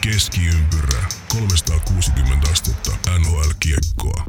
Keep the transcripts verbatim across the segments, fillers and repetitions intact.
Keskiympyrä, kolmesataakuusikymmentä astetta N H L-kiekkoa.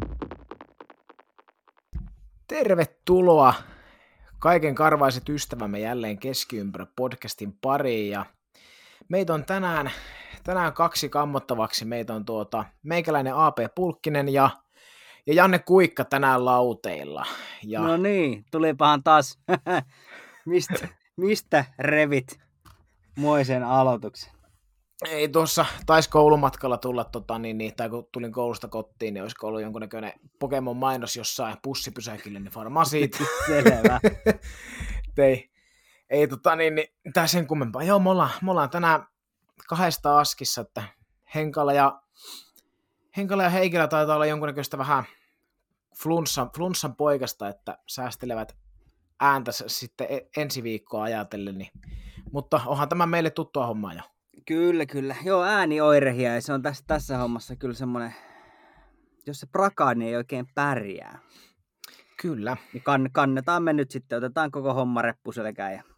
Tervetuloa kaiken karvaiset ystävämme jälleen Keskiympyrä podcastin pariin. Ja meitä on tänään, tänään kaksi kammottavaksi. Meitä on tuota, meikäläinen A P Pulkkinen ja, ja Janne Kuikka tänään lauteilla. Ja... No niin, tulipahan taas. mistä, mistä revit moisen aloituksen? Ei tuossa taisi koulumatkalla tulla, tota, niin, niin, tai kun tulin koulusta kotiin, niin olisiko ollut jonkunnäköinen Pokemon-mainos jossain pussipysäkillä, niin varmaan siitä. Selvä. ei, ei tota, niin, niin, tää sen kummempaa. Joo, me ollaan, me ollaan tänään kahdesta askissa, että Henkala ja, Henkala ja Heikilä taitaa olla jonkunnäköistä vähän flunssan, flunssan poikasta, että säästelevät ääntä sitten ensi viikkoa ajatellen, niin, mutta onhan tämä meille tuttua hommaa jo. Kyllä, kyllä. Joo, äänioirehia ja se on tässä, tässä hommassa kyllä semmoinen, jos se prakaa, niin ei oikein pärjää. Kyllä. Niin kann, kannetaan me nyt sitten, otetaan koko homma reppuselkään. Ja...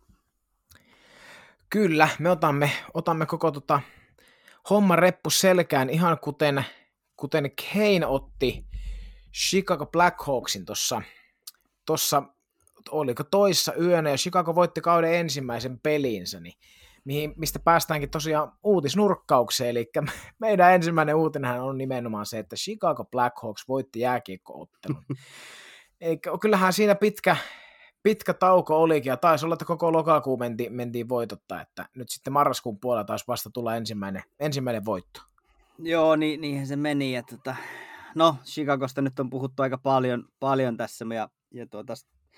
Kyllä, me otamme, otamme koko tota homma reppu selkään, ihan kuten, kuten Kane otti Chicago Blackhawksin tuossa, tuossa oliko toissa yönä, ja Chicago voitti kauden ensimmäisen pelinsä, niin mihin, mistä päästäänkin tosiaan uutisnurkkaukseen, eli meidän ensimmäinen uutinenhan on nimenomaan se, että Chicago Blackhawks voitti jääkiekko-ottelun. Eikä, kyllähän siinä pitkä, pitkä tauko olikin, ja taisi olla, että koko lokakuu mentiin, mentiin voitottaa, että nyt sitten marraskuun puolella taisi vasta tulla ensimmäinen, ensimmäinen voitto. Joo, niin, niinhän se meni, ja tota, no Chicagosta nyt on puhuttu aika paljon, paljon tässä, ja, ja tuota,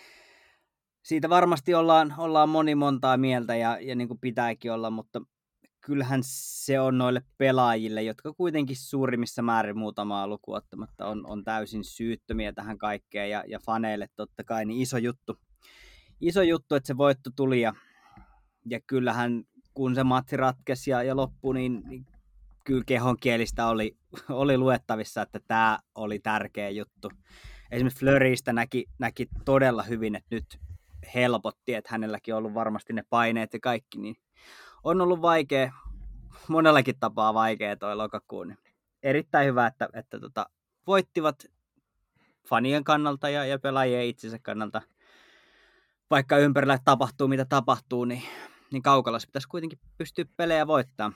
siitä varmasti ollaan, ollaan moni montaa mieltä ja, ja niin kuin pitääkin olla, mutta kyllähän se on noille pelaajille, jotka kuitenkin suurimmissa määrin muutamaa lukuun ottamatta on, on täysin syyttömiä tähän kaikkeen ja, ja faneille totta kai niin iso juttu, iso juttu, että se voitto tuli ja, ja kyllähän kun se matsi ratkesi ja, ja loppui, niin, niin kyllä kehon kielistä oli, oli luettavissa, että tämä oli tärkeä juttu. Esimerkiksi Fleurystä näki, näki todella hyvin, että nyt helpotti, että hänelläkin on ollut varmasti ne paineet ja kaikki, niin on ollut vaikea, monellakin tapaa vaikea toi lokakuu. Niin erittäin hyvä, että, että tota, voittivat fanien kannalta ja, ja pelaajien itsensä kannalta. Vaikka ympärillä tapahtuu mitä tapahtuu, niin, niin kaukalossa pitäisi kuitenkin pystyä pelejä voittamaan.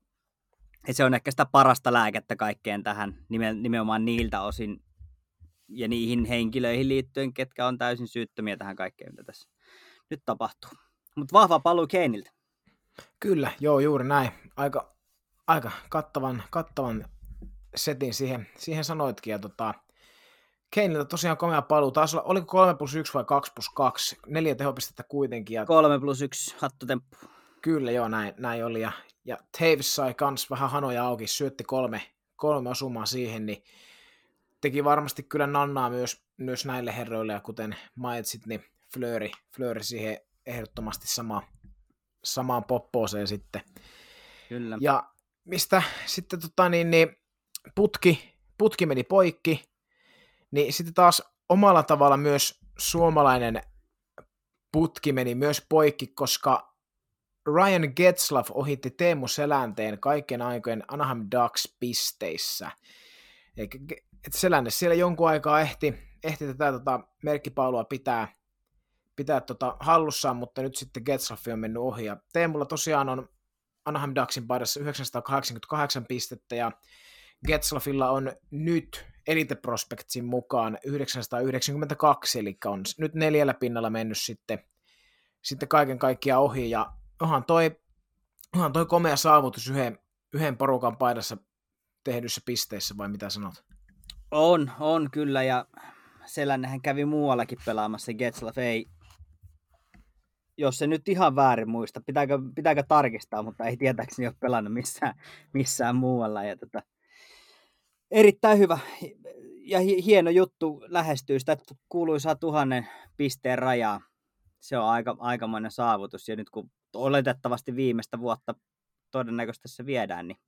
Ja se on ehkä sitä parasta lääkettä kaikkeen tähän, nimenomaan niiltä osin, ja niihin henkilöihin liittyen, ketkä on täysin syyttömiä tähän kaikkeen, mitä tässä nyt tapahtuu. Mutta vahva paluu Kaneilta. Kyllä, joo, juuri näin. Aika, aika kattavan, kattavan setin siihen, siihen sanoitkin. Ja tota, Kaneilta tosiaan komea paluu. Taas olla, oliko kolme plus yksi vai kaksi plus kaksi? Neljä tehopistettä kuitenkin. Ja... kolme plus yksi, hattutemppu. Kyllä, joo, näin, näin oli. Ja, ja Taves sai kans vähän hanoja auki, syötti kolme, kolme osumaa siihen, niin teki varmasti kyllä nannaa myös, myös näille herroille, ja kuten mainitsit, niin Fleury, Fleury siihen ehdottomasti sama, samaan poppooseen sitten. Kyllä. Ja mistä sitten tota, niin, niin, putki, putki meni poikki, niin sitten taas omalla tavalla myös suomalainen putki meni myös poikki, koska Ryan Getzlaf ohitti Teemu Selänteen kaiken aikojen Anaheim Ducks pisteissä. Eikä että Selänne siellä jonkun aikaa ehti, ehti tätä tota, merkkipaulua pitää, pitää tota, hallussaan, mutta nyt sitten Getzlaf on mennyt ohi. Ja Teemulla tosiaan on Anaheim Ducksin paidassa yhdeksänsataakahdeksankymmentäkahdeksan pistettä, ja Getzlafilla on nyt Elite Prospectsin mukaan yhdeksänsataayhdeksänkymmentäkaksi, eli on nyt neljällä pinnalla mennyt sitten, sitten kaiken kaikkiaan ohi, ja onhan toi, onhan toi komea saavutus yhden, yhden porukan paidassa tehdyssä pisteissä, vai mitä sanot? On, on kyllä, ja Selännehän kävi muuallakin pelaamassa, Getzlaf ei, jos se nyt ihan väärin muista, pitääkö, pitääkö tarkistaa, mutta ei tietääkseni ole pelannut missään, missään muualla, ja tota, erittäin hyvä, ja hieno juttu lähestyy sitä kuuluisaa tuhannen pisteen rajaa, se on aika, aikamoinen saavutus, ja nyt kun oletettavasti viimeistä vuotta todennäköisesti se viedään, niin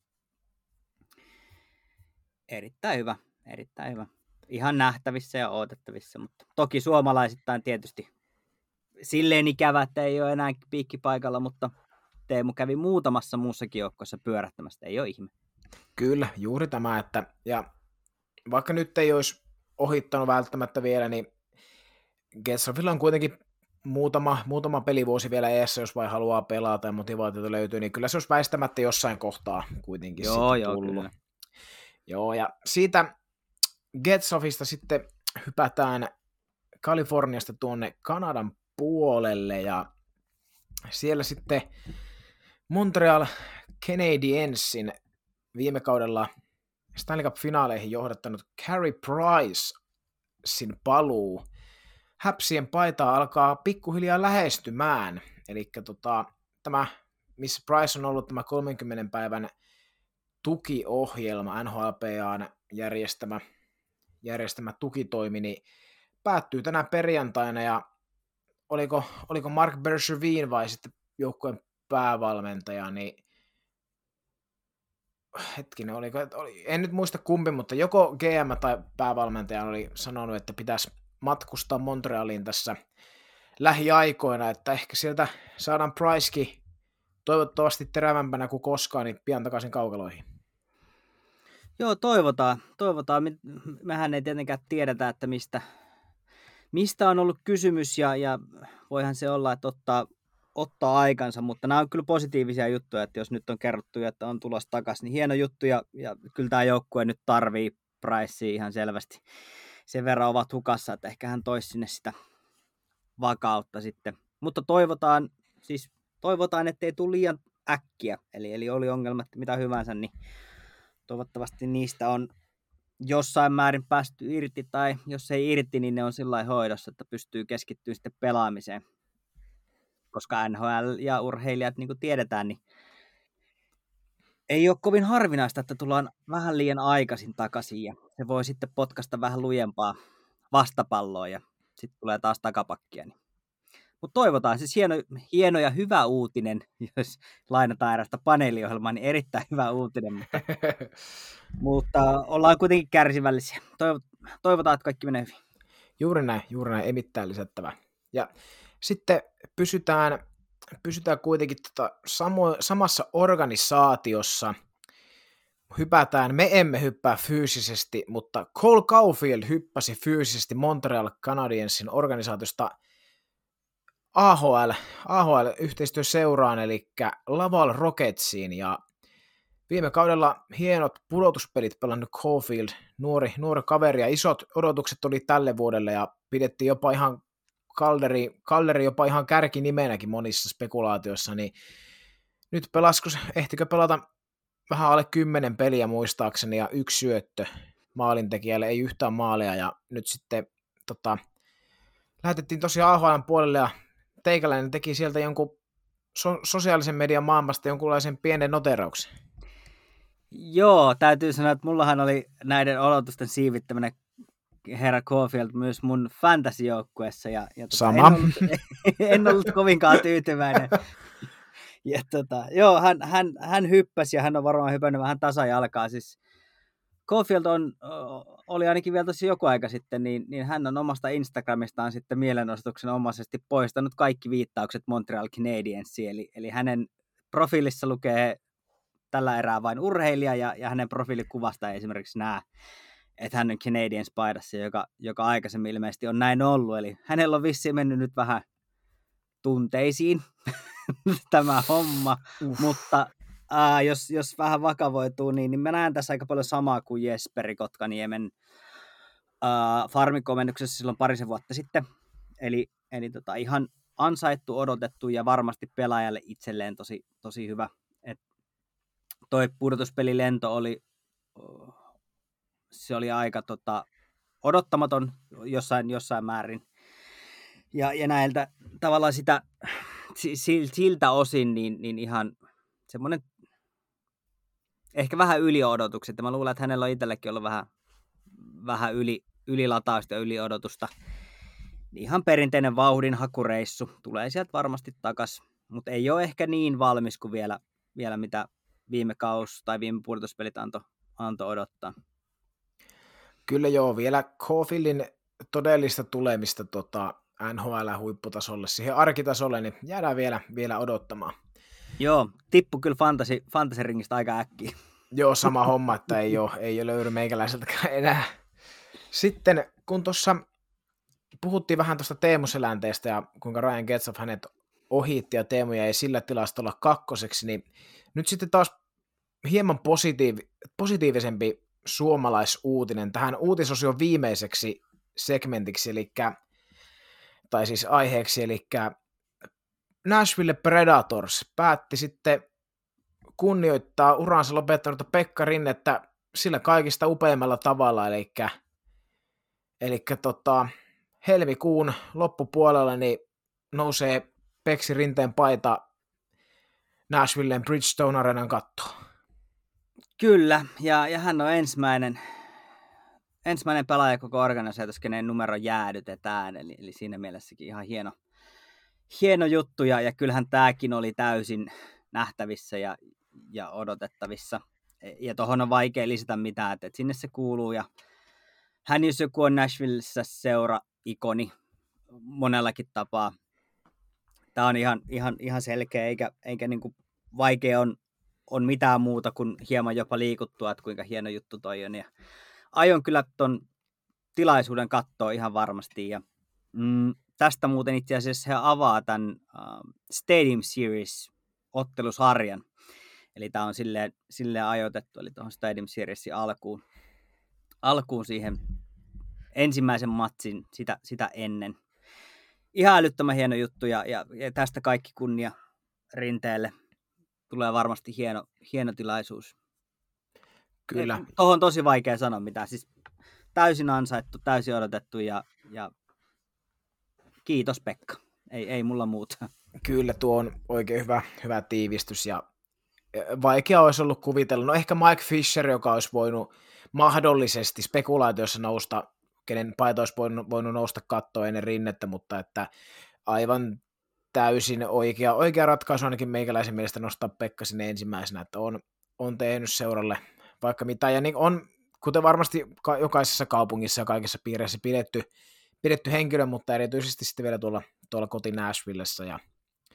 erittäin hyvä. Erittäin hyvä. Ihan nähtävissä ja odotettavissa, mutta toki suomalaisittain tietysti silleen ikävä, että ei ole enää piikkipaikalla, mutta Teemu kävi muutamassa muussakin joukkoissa pyörähtämästä, ei ole ihme. Kyllä, juuri tämä, että ja vaikka nyt ei olisi ohittanut välttämättä vielä, niin Getzlaffilla on kuitenkin muutama, muutama pelivuosi vielä eessä, jos vai haluaa pelata ja motivaatiota löytyy, niin kyllä se olisi väistämättä jossain kohtaa kuitenkin joo, sitten joo, tullut. kyllä. Joo, ja siitä Getzlaffista sitten hypätään Kaliforniasta tuonne Kanadan puolelle, ja siellä sitten Montreal Canadiensin viime kaudella Stanley Cup-finaaleihin johdattanut Carey Pricein paluu Häpsien paitaa alkaa pikkuhiljaa lähestymään, eli tota, tämä, missä Price on ollut tämä kolmenkymmenen päivän tukiohjelma, N H L P A:n järjestämä, järjestämä tukitoimi, niin päättyy tänä perjantaina, ja oliko, oliko Mark Bergevin vai sitten joukkueen päävalmentaja, niin hetkinen, oliko, oli, en nyt muista kumpi, mutta joko G M tai päävalmentaja oli sanonut, että pitäisi matkustaa Montrealiin tässä lähiaikoina, että ehkä sieltä saadaan Pricekin toivottavasti terävämpänä kuin koskaan, niin pian takaisin kaukaloihin. Joo, toivotaan. toivotaan. Mehän ei tietenkään tiedetä, että mistä, mistä on ollut kysymys, ja, ja voihan se olla, että ottaa, ottaa aikansa, mutta nämä on kyllä positiivisia juttuja, että jos nyt on kerrottu, että on tulossa takaisin, niin hieno juttu, ja, ja kyllä tämä joukkue nyt tarvii Pricea ihan selvästi. Sen verran ovat hukassa, että ehkä hän toisi sinne sitä vakautta sitten. Mutta toivotaan, siis toivotaan, ettei tule liian äkkiä. Eli, eli oli ongelmat mitä hyvänsä, niin toivottavasti niistä on jossain määrin päästy irti, tai jos ei irti, niin ne on sillä lailla hoidossa, että pystyy keskittymään sitten pelaamiseen. Koska N H L ja urheilijat, niin kuin tiedetään, niin ei ole kovin harvinaista, että tullaan vähän liian aikaisin takaisin, ja se voi sitten potkasta vähän lujempaa vastapalloa, ja sitten tulee taas takapakkia. Niin. Mutta toivotaan, siis hieno, hieno ja hyvä uutinen, jos lainataan erästä paneeliohjelmaa, niin erittäin hyvä uutinen, mutta, mutta ollaan kuitenkin kärsivällisiä. Toivotaan, että kaikki menee hyvin. Juuri näin, juuri näin, ei mitään lisättävää. Ja sitten pysytään, pysytään kuitenkin tota samo, samassa organisaatiossa, hypätään, me emme hyppää fyysisesti, mutta Cole Caufield hyppäsi fyysisesti Montreal Canadiensin organisaatiosta A H L, A H L-yhteistyöseuraan, eli Laval Rocketsiin, ja viime kaudella hienot pudotuspelit pelannut Caufield, nuori, nuori kaveri, ja isot odotukset oli tälle vuodelle, ja pidettiin jopa ihan Kalderi, Kalderi jopa ihan kärkinimenäkin monissa spekulaatioissa, niin nyt pelasko, ehtikö pelata vähän alle kymmenen peliä muistaakseni, ja yksi syöttö maalintekijälle, ei yhtään maalia, ja nyt sitten tota, lähetettiin tosiaan A H L:n puolelle, ja teikäläinen teki sieltä jonkun so- sosiaalisen median maailmasta jonkunlaisen pienen noterauksen. Joo, täytyy sanoa, että mullahan oli näiden odotusten siivittäminen herra Caufield myös mun fantasy-joukkueessa, ja, ja tota, Sama. En, ollut, en ollut kovinkaan tyytyväinen. Ja tota, joo, hän, hän, hän hyppäsi, ja hän on varmaan hypännyt vähän tasajalkaa. Siis Caufield on, oli ainakin vielä tosi joku aika sitten, niin, niin hän on omasta Instagramistaan sitten mielenosoituksen omaisesti poistanut kaikki viittaukset Montreal Canadiensiin, eli, eli hänen profiilissa lukee tällä erää vain urheilija, ja, ja hänen profiilikuvasta ei esimerkiksi näe, että hän on Canadiens-paidassa, joka, joka aikaisemmin ilmeisesti on näin ollut, eli hänellä on vissiin mennyt nyt vähän tunteisiin tämä homma, uh. mutta ää, jos, jos vähän vakavoituu, niin, niin mä näen tässä aika paljon samaa kuin Jesperi Kotkaniemen ää, farmikomennuksessa silloin parisen vuotta sitten, eli, eli tota, ihan ansaittu, odotettu ja varmasti pelaajalle itselleen tosi, tosi hyvä. Et toi pudotuspelilento oli, se oli aika tota, odottamaton jossain, jossain määrin, ja, ja näiltä tavallaan sitä siltä osin niin, niin ihan semmoinen ehkä vähän yliodotukset. Mä luulen, että hänellä on itsellekin ollut vähän, vähän yli, ylilatausta ja yliodotusta. Ihan perinteinen vauhdinhakureissu. Tulee sieltä varmasti takaisin, mutta ei ole ehkä niin valmis kuin vielä, vielä mitä viime kaus tai viime pudotuspelit antoi anto odottaa. Kyllä joo, vielä Caufieldin todellista tulemista tota N H L-huipputasolle, siihen arkitasolle, niin jäädään vielä, vielä odottamaan. Joo, tippu kyllä fantasy, fantasy-ringistä aika äkkiä. Joo, sama homma, että ei ole, ei ole löydy meikäläiseltäkään enää. Sitten kun tuossa puhuttiin vähän tuosta Teemu Selänteestä ja kuinka Ryan Getzlaff hänet ohitti ja Teemu jäi sillä tilastolla kakkoseksi, niin nyt sitten taas hieman positiiv- positiivisempi suomalaisuutinen tähän uutisosion viimeiseksi segmentiksi, eli, tai siis aiheeksi, eli Nashville Predators päätti sitten kunnioittaa uransa lopettanutta Pekka Rinnettä sillä kaikista upeimmalla tavalla, eli, eli tota, helmikuun loppupuolella niin nousee Peksi Rinteen paita Nashvillen Bridgestone Arenan kattoon. Kyllä, ja, ja hän on ensimmäinen, ensimmäinen pelaaja koko organisaatiossa, kenen numero jäädytetään, eli, eli siinä mielessäkin ihan hieno, hieno juttu, ja, ja kyllähän tämäkin oli täysin nähtävissä ja, ja odotettavissa, ja tuohon on vaikea lisätä mitään, että, että sinne se kuuluu, ja hän jos joku on Nashvillessä seura-ikoni monellakin tapaa. Tämä on ihan, ihan, ihan selkeä, eikä, eikä niin kuin vaikea on, on mitään muuta kuin hieman jopa liikuttua, että kuinka hieno juttu toi on. Ja aion kyllä ton tilaisuuden katsoa ihan varmasti. Ja, mm, tästä muuten itse asiassa he avaa tämän uh, Stadium Series-ottelusarjan. Eli tämä on silleen, silleen ajoitettu, eli tuohon Stadium Seriesin alkuun, alkuun siihen ensimmäisen matsin sitä, sitä ennen. Ihan älyttömän hieno juttu ja, ja, ja tästä kaikki kunnia Rinteelle. Tulee varmasti hieno, hieno tilaisuus. Kyllä. Tuohon on tosi vaikea sanoa mitään. Siis täysin ansaittu, täysin odotettu ja, ja kiitos Pekka. Ei, ei mulla muuta. Kyllä, tuo on oikein hyvä, hyvä tiivistys ja vaikea olisi ollut kuvitella. No ehkä Mike Fisher, joka olisi voinut mahdollisesti spekulaatiossa nousta, kenen paita olisi voinut, voinut nousta kattoon ennen Rinnettä, mutta että aivan täysin oikea, oikea ratkaisu ainakin meikäläisen mielestä nostaa Pekka sinne ensimmäisenä, että on, on tehnyt seuralle vaikka mitä, ja niin on, kuten varmasti jokaisessa kaupungissa ja kaikissa piireissä pidetty, pidetty henkilö, mutta erityisesti sitten vielä tuolla, tuolla koti Nashvillessä, ja,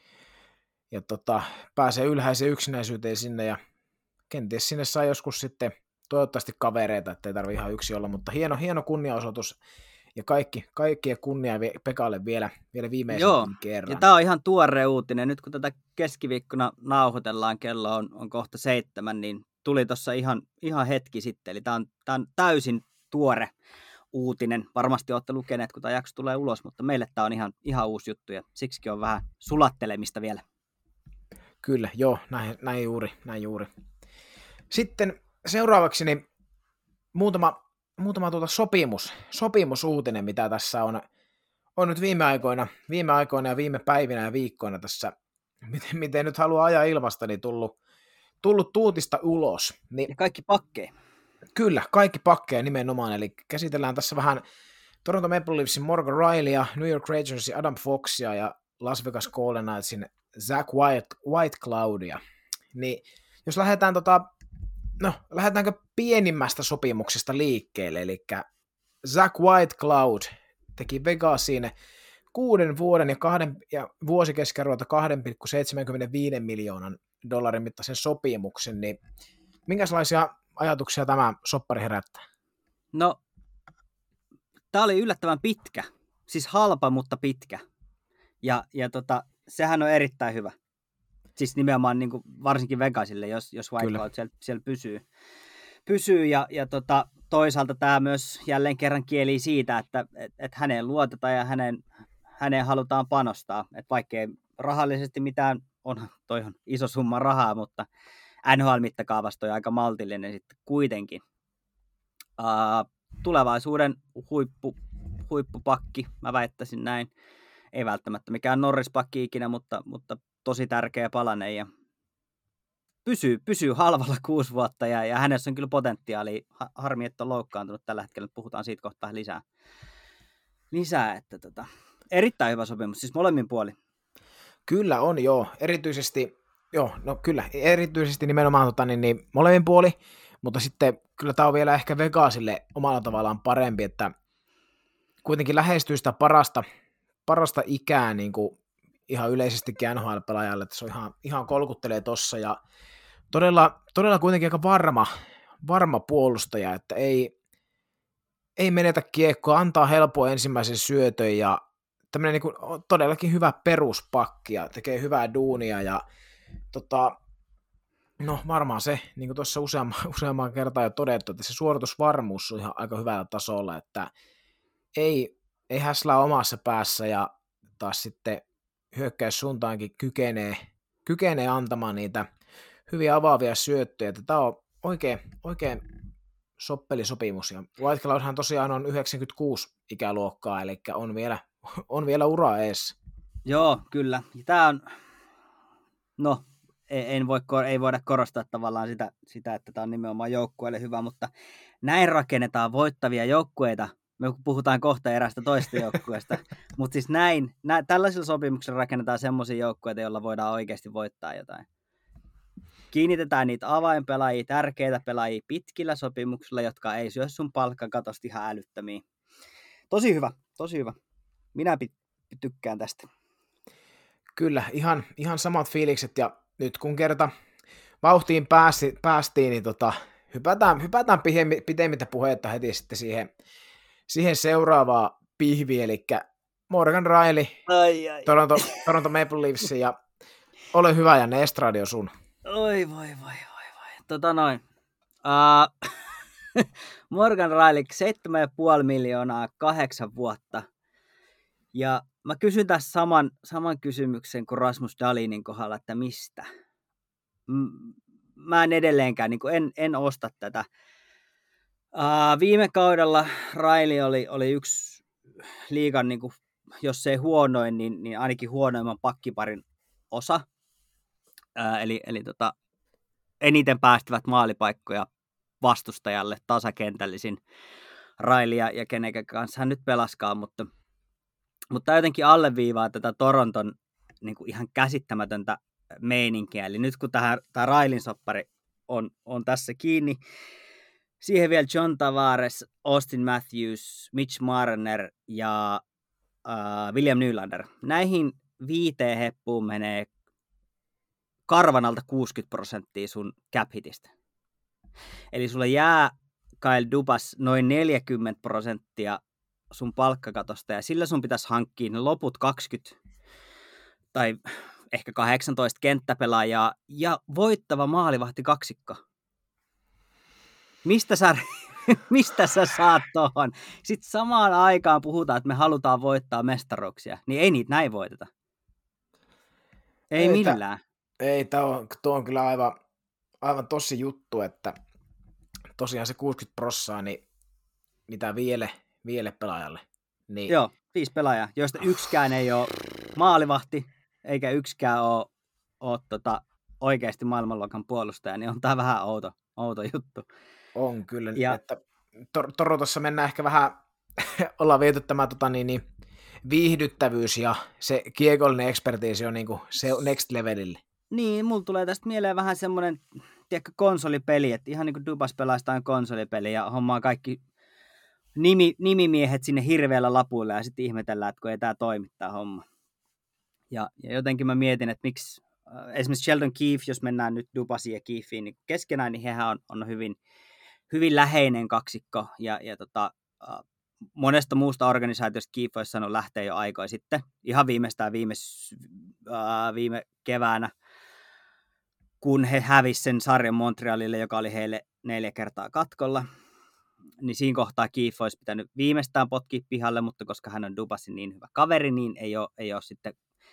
ja tota, pääsee ylhäiseen yksinäisyyteen sinne, ja kenties sinne saa joskus sitten toivottavasti kavereita, ettei tarvitse ihan yksi olla, mutta hieno, hieno kunniaosoitus, ja kaikki, kaikkien kunnia Pekalle vielä, vielä viimeisen kerran. Ja tämä on ihan tuore uutinen. Nyt kun tätä keskiviikkona nauhoitellaan, kello on, on kohta seitsemän, niin tuli tuossa ihan, ihan hetki sitten. Eli tämä on, tämä on täysin tuore uutinen. Varmasti olette lukeneet, kun tämä jakso tulee ulos, mutta meille tämä on ihan, ihan uusi juttu, ja siksikin on vähän sulattelemista vielä. Kyllä, joo, näin, näin juuri, näin juuri. Sitten seuraavaksi niin muutama Muutama tuota sopimus, sopimusuutinen, mitä tässä on, on nyt viime aikoina, viime aikoina ja viime päivinä ja viikkoina tässä, miten, miten nyt haluaa ajaa ilmasta, niin tullut, tullut tuutista ulos. Niin, ja kaikki pakkeja. Kyllä, kaikki pakkeja nimenomaan, eli käsitellään tässä vähän Toronto Maple Leafsin Morgan Rileya, New York Rangersin Adam Foxia ja Las Vegas Golden Knightsin Zach White, Whitecloudia. Niin, jos lähdetään tota No, lähdetäänkö pienimmästä sopimuksesta liikkeelle, eli Zach Whitecloud teki Vegasiin kuuden vuoden ja, kahden, ja vuosikeskiarvolta kaksi pilkku seitsemänkymmentäviisi miljoonan dollarin mittaisen sopimuksen, niin minkälaisia ajatuksia tämä soppari herättää? No, tämä oli yllättävän pitkä, siis halpa, mutta pitkä, ja, ja tota, sehän on erittäin hyvä. Siis nimenomaan niin kuin varsinkin Vegasille, jos, jos Whitecloud siellä, siellä pysyy. pysyy ja, ja tota, toisaalta tämä myös jälleen kerran kieli siitä, että et, et häneen luotetaan ja hänen, häneen halutaan panostaa. Et vaikkei rahallisesti mitään, onhan toi on iso summa rahaa, mutta N H L-mittakaavasta on aika maltillinen sitten kuitenkin. Uh, tulevaisuuden huippu, huippupakki, mä väittäisin näin. Ei välttämättä mikään Norris-pakki ikinä, mutta, mutta tosi tärkeä palanen ja pysyy, pysyy halvalla kuusi vuotta ja, ja hänessä on kyllä potentiaalia. Harmi, että on loukkaantunut tällä hetkellä, nyt puhutaan siitä kohtaa lisää. Lisää, että tota, erittäin hyvä sopimus, siis molemmin puolin. Kyllä on, joo. Erityisesti, joo, no kyllä, erityisesti nimenomaan tota, niin, niin, molemmin puoli, mutta sitten kyllä tämä on vielä ehkä Vegasille omalla tavallaan parempi, että kuitenkin lähestyy sitä parasta, parasta ikää niin kuin ihan yleisestikin N H L-pelaajalle, että se on ihan, ihan kolkuttelee tossa, ja todella, todella kuitenkin aika varma, varma puolustaja, että ei, ei menetä kiekkoa, antaa helpoa ensimmäisen syötön, ja tämmöinen niin kuin, todellakin hyvä peruspakki, ja tekee hyvää duunia, ja tota, no varmaan se, niin kuin tuossa useamman, useamman kertaa jo todettu, että se suoritusvarmuus on ihan aika hyvällä tasolla, että ei, ei häslää omassa päässä, ja taas sitten hyökkäyssuuntaankin kykenee, kykenee antamaan niitä hyviä avaavia syöttöjä. Tämä on oikein, oikein soppelisopimus. Ja White Cloudhan tosiaan on yhdeksänkymmentäkuusi ikäluokkaa, eli on vielä, on vielä ura eessä. Joo, kyllä. Tämä on, no, en voi, ei voida korostaa tavallaan sitä, sitä että tämä on nimenomaan joukkueelle hyvä, mutta näin rakennetaan voittavia joukkueita. Me puhutaan kohta erästä toista joukkueesta, mutta siis näin, nä, tällaisilla sopimuksilla rakennetaan semmoisia joukkueita, joilla voidaan oikeasti voittaa jotain. Kiinnitetään niitä avainpelaajia, tärkeitä pelaajia pitkillä sopimuksilla, jotka ei syö sun palkkakatosta ihan älyttömiä. Tosi hyvä, tosi hyvä. Minä pit- tykkään tästä. Kyllä, ihan, ihan samat fiilikset, ja nyt kun kerta vauhtiin pääsi, päästiin, niin tota, hypätään, hypätään pitemmittä puhetta heti sitten siihen, siihen seuraavaan pihviin, eli Morgan Rielly, ai, ai. Toronto, Toronto Maple Leafs, ja ole hyvä, ja ne Estradio sun. Oi voi voi voi voi. Tota noin. Uh, Morgan Rielly, seitsemän pilkku viisi miljoonaa, kahdeksan vuotta. Ja mä kysyn tässä saman, saman kysymyksen kuin Rasmus Dahlinin kohdalla, että mistä? Mä en edelleenkään, niin en, en osta tätä. Uh, viime kaudella Rielly oli, oli yksi liigan, niin kuin, jos ei huonoin, niin, niin ainakin huonoimman pakkiparin osa. Uh, eli eli tota, eniten päästivät maalipaikkoja vastustajalle tasakentällisin Rielly ja, ja kenenkä kanssa hän nyt pelaskaa, mutta Mutta jotenkin alleviivaa tätä Toronton niin kuin ihan käsittämätöntä meininkiä. Eli nyt kun tämä Rielyn soppari on, on tässä kiinni, siihen vielä John Tavares, Austin Matthews, Mitch Marner ja äh, William Nylander. Näihin viiteen heppuun menee karvanalta kuusikymmentä prosenttia sun cap hitistä. Eli sulle jää Kyle Dubas noin neljäkymmentä prosenttia sun palkkakatosta, ja sillä sun pitäisi hankkia ne loput kaksikymmentä tai ehkä kahdeksantoista kenttäpelaajaa ja voittava maalivahti kaksikko. Mistä sä, mistä sä saat tohon? Sitten samaan aikaan puhutaan, että me halutaan voittaa mestaruuksia, niin ei niitä näin voiteta. Ei, ei millään. Tä, ei, tämä on, tuo on kyllä aivan, aivan tosi juttu, että tosiaan se kuusikymmentä prosenttia, niin mitä vielä Vielle pelaajalle. Niin. Joo, viisi pelaajaa, joista yksikään ei ole maalivahti, eikä yksikään ole, ole tota, oikeasti maailmanluokan puolustaja, niin on tämä vähän outo, outo juttu. On kyllä, ja että Tor- Torontossa mennään ehkä vähän, ollaan viety tämä tota, niin, niin, viihdyttävyys ja se kiekollinen ekspertiisi on niin kuin se next levelille. Niin, mulla tulee tästä mieleen vähän semmoinen, tiedätkö, konsolipeli, että ihan niin kuin Dubas pelaistaan konsolipeli ja hommaa kaikki Nimi, nimimiehet sinne hirveällä lapuilla ja sitten ihmetellään, että kun ei tämä toimi tämä homma. Ja, ja jotenkin mä mietin, että miksi äh, esimerkiksi Sheldon Keefe, jos mennään nyt Dubasin ja Keefeen niin keskenään, niin hehän on, on hyvin, hyvin läheinen kaksikko. Ja, ja tota, äh, monesta muusta organisaatiosta Keefe olisi sanonut lähteä jo aikoja sitten. Ihan viimeistään viime, äh, viime keväänä, kun he hävisivät sen sarjan Montrealille, joka oli heille neljä kertaa katkolla. Niin siinä kohtaa Keefe olisi pitänyt viimeistään potkia pihalle, mutta koska hän on Dubasin niin hyvä kaveri, niin ei ole, ei ole sitten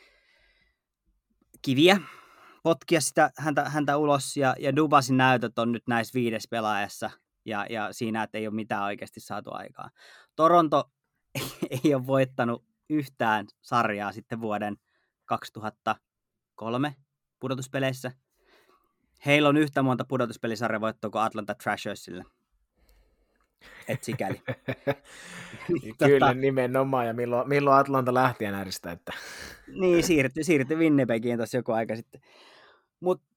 kiviä potkia sitä, häntä, häntä ulos. Ja, ja Dubasin näytöt on nyt näissä viides pelaajassa ja, ja siinä, että ei ole mitään oikeasti saatu aikaa. Toronto ei ole voittanut yhtään sarjaa sitten vuoden kaksituhattakolme pudotuspeleissä. Heillä on yhtä monta pudotuspelisarjavoittoa kuin Atlanta Thrashersille. Et sikäli. Kyllä tota, nimenomaan, ja milloin, milloin Atlanta lähti näistä. Että... niin, siirtyi, siirtyi Winnipegiin tuossa joku aika sitten. Mutta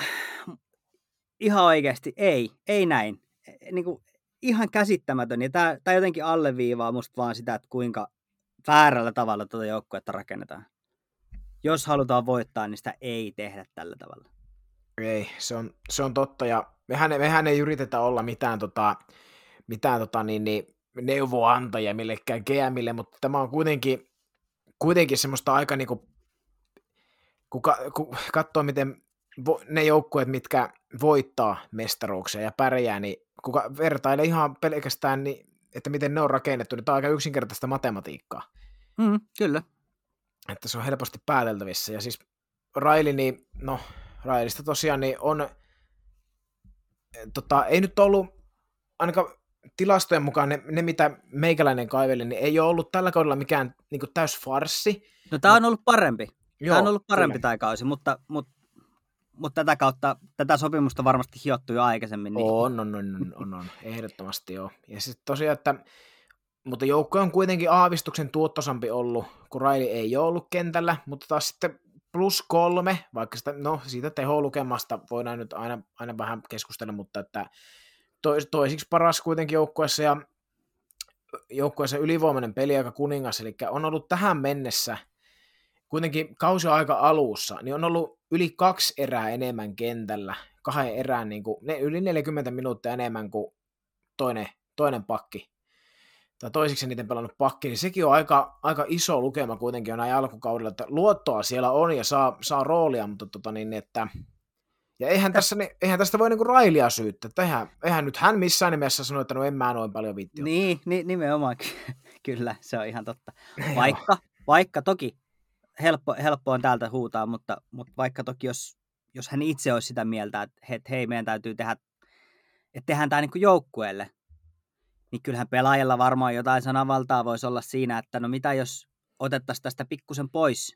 ihan oikeasti ei, ei näin. Niin kuin, ihan käsittämätön, ja tämä jotenkin alleviivaa musta vaan sitä, että kuinka väärällä tavalla tuota joukkuetta rakennetaan. jos halutaan voittaa, niin sitä ei tehdä tällä tavalla. Ei, se on, se on totta, ja mehän, mehän ei yritetä olla mitään, tota, mitään tota, niin, niin, neuvoantajia millekään G Mille, mutta tämä on kuitenkin, kuitenkin semmoista aika, niin kuin, kun, kun katsoo, miten vo, ne joukkueet, mitkä voittaa mestaruuksia ja pärjää, niin kuka vertailee ihan pelkästään, niin, että miten ne on rakennettu, niin tämä on aika yksinkertaista matematiikkaa. Mm, kyllä. Että se on helposti pääteltävissä, ja siis Riley, niin, no, Rileystä tosiaan niin on, tota, ei nyt ollut, ainakaan tilastojen mukaan ne, ne mitä meikäläinen kaiveli, niin ei ole ollut tällä kaudella mikään niin kuin täys farssi. No tämä on ollut parempi. Joo, tämä on ollut parempi kyllä. tämä kausi, mutta, mutta, mutta tätä kautta, tätä sopimusta varmasti hiottu jo aikaisemmin. Niin. On, on, on, on, on, on, ehdottomasti joo. Ja sitten tosiaan, että, mutta joukko on kuitenkin aavistuksen tuottosampi ollut, kun Riley ei ole ollut kentällä, mutta taas sitten plus kolme, vaikka sitä, no siitä teholukemasta voidaan nyt aina, aina vähän keskustella, mutta että tois, toisiksi paras kuitenkin joukkueessa ja joukkueessa ylivoimainen peliaika kuningas, eli on ollut tähän mennessä, kuitenkin kausi aika alussa, niin on ollut yli kaksi erää enemmän kentällä, kahden erään, niin kuin, ne yli neljäkymmentä minuuttia enemmän kuin toinen, toinen pakki, tai toisiksi niiden pelannut pakki, niin sekin on aika, aika iso lukema kuitenkin on näin alkukaudella, että luottoa siellä on ja saa, saa roolia, mutta tota niin, että ja eihän, tässä, eihän tästä voi niinku Railia syyttää, että eihän, eihän nyt hän missään nimessä sano, että no en mä noin paljon viitti. Niin, ni, nimenomaan, kyllä, se on ihan totta. Vaikka, vaikka toki helppo, helppo on täältä huutaa, mutta, mutta vaikka toki jos, jos hän itse olisi sitä mieltä, että, että hei, meidän täytyy tehdä, että tehdään tämä niin kuin joukkueelle, niin kyllähän pelaajalla varmaan jotain sananvaltaa voisi olla siinä, että no mitä jos otettaisiin tästä pikkusen pois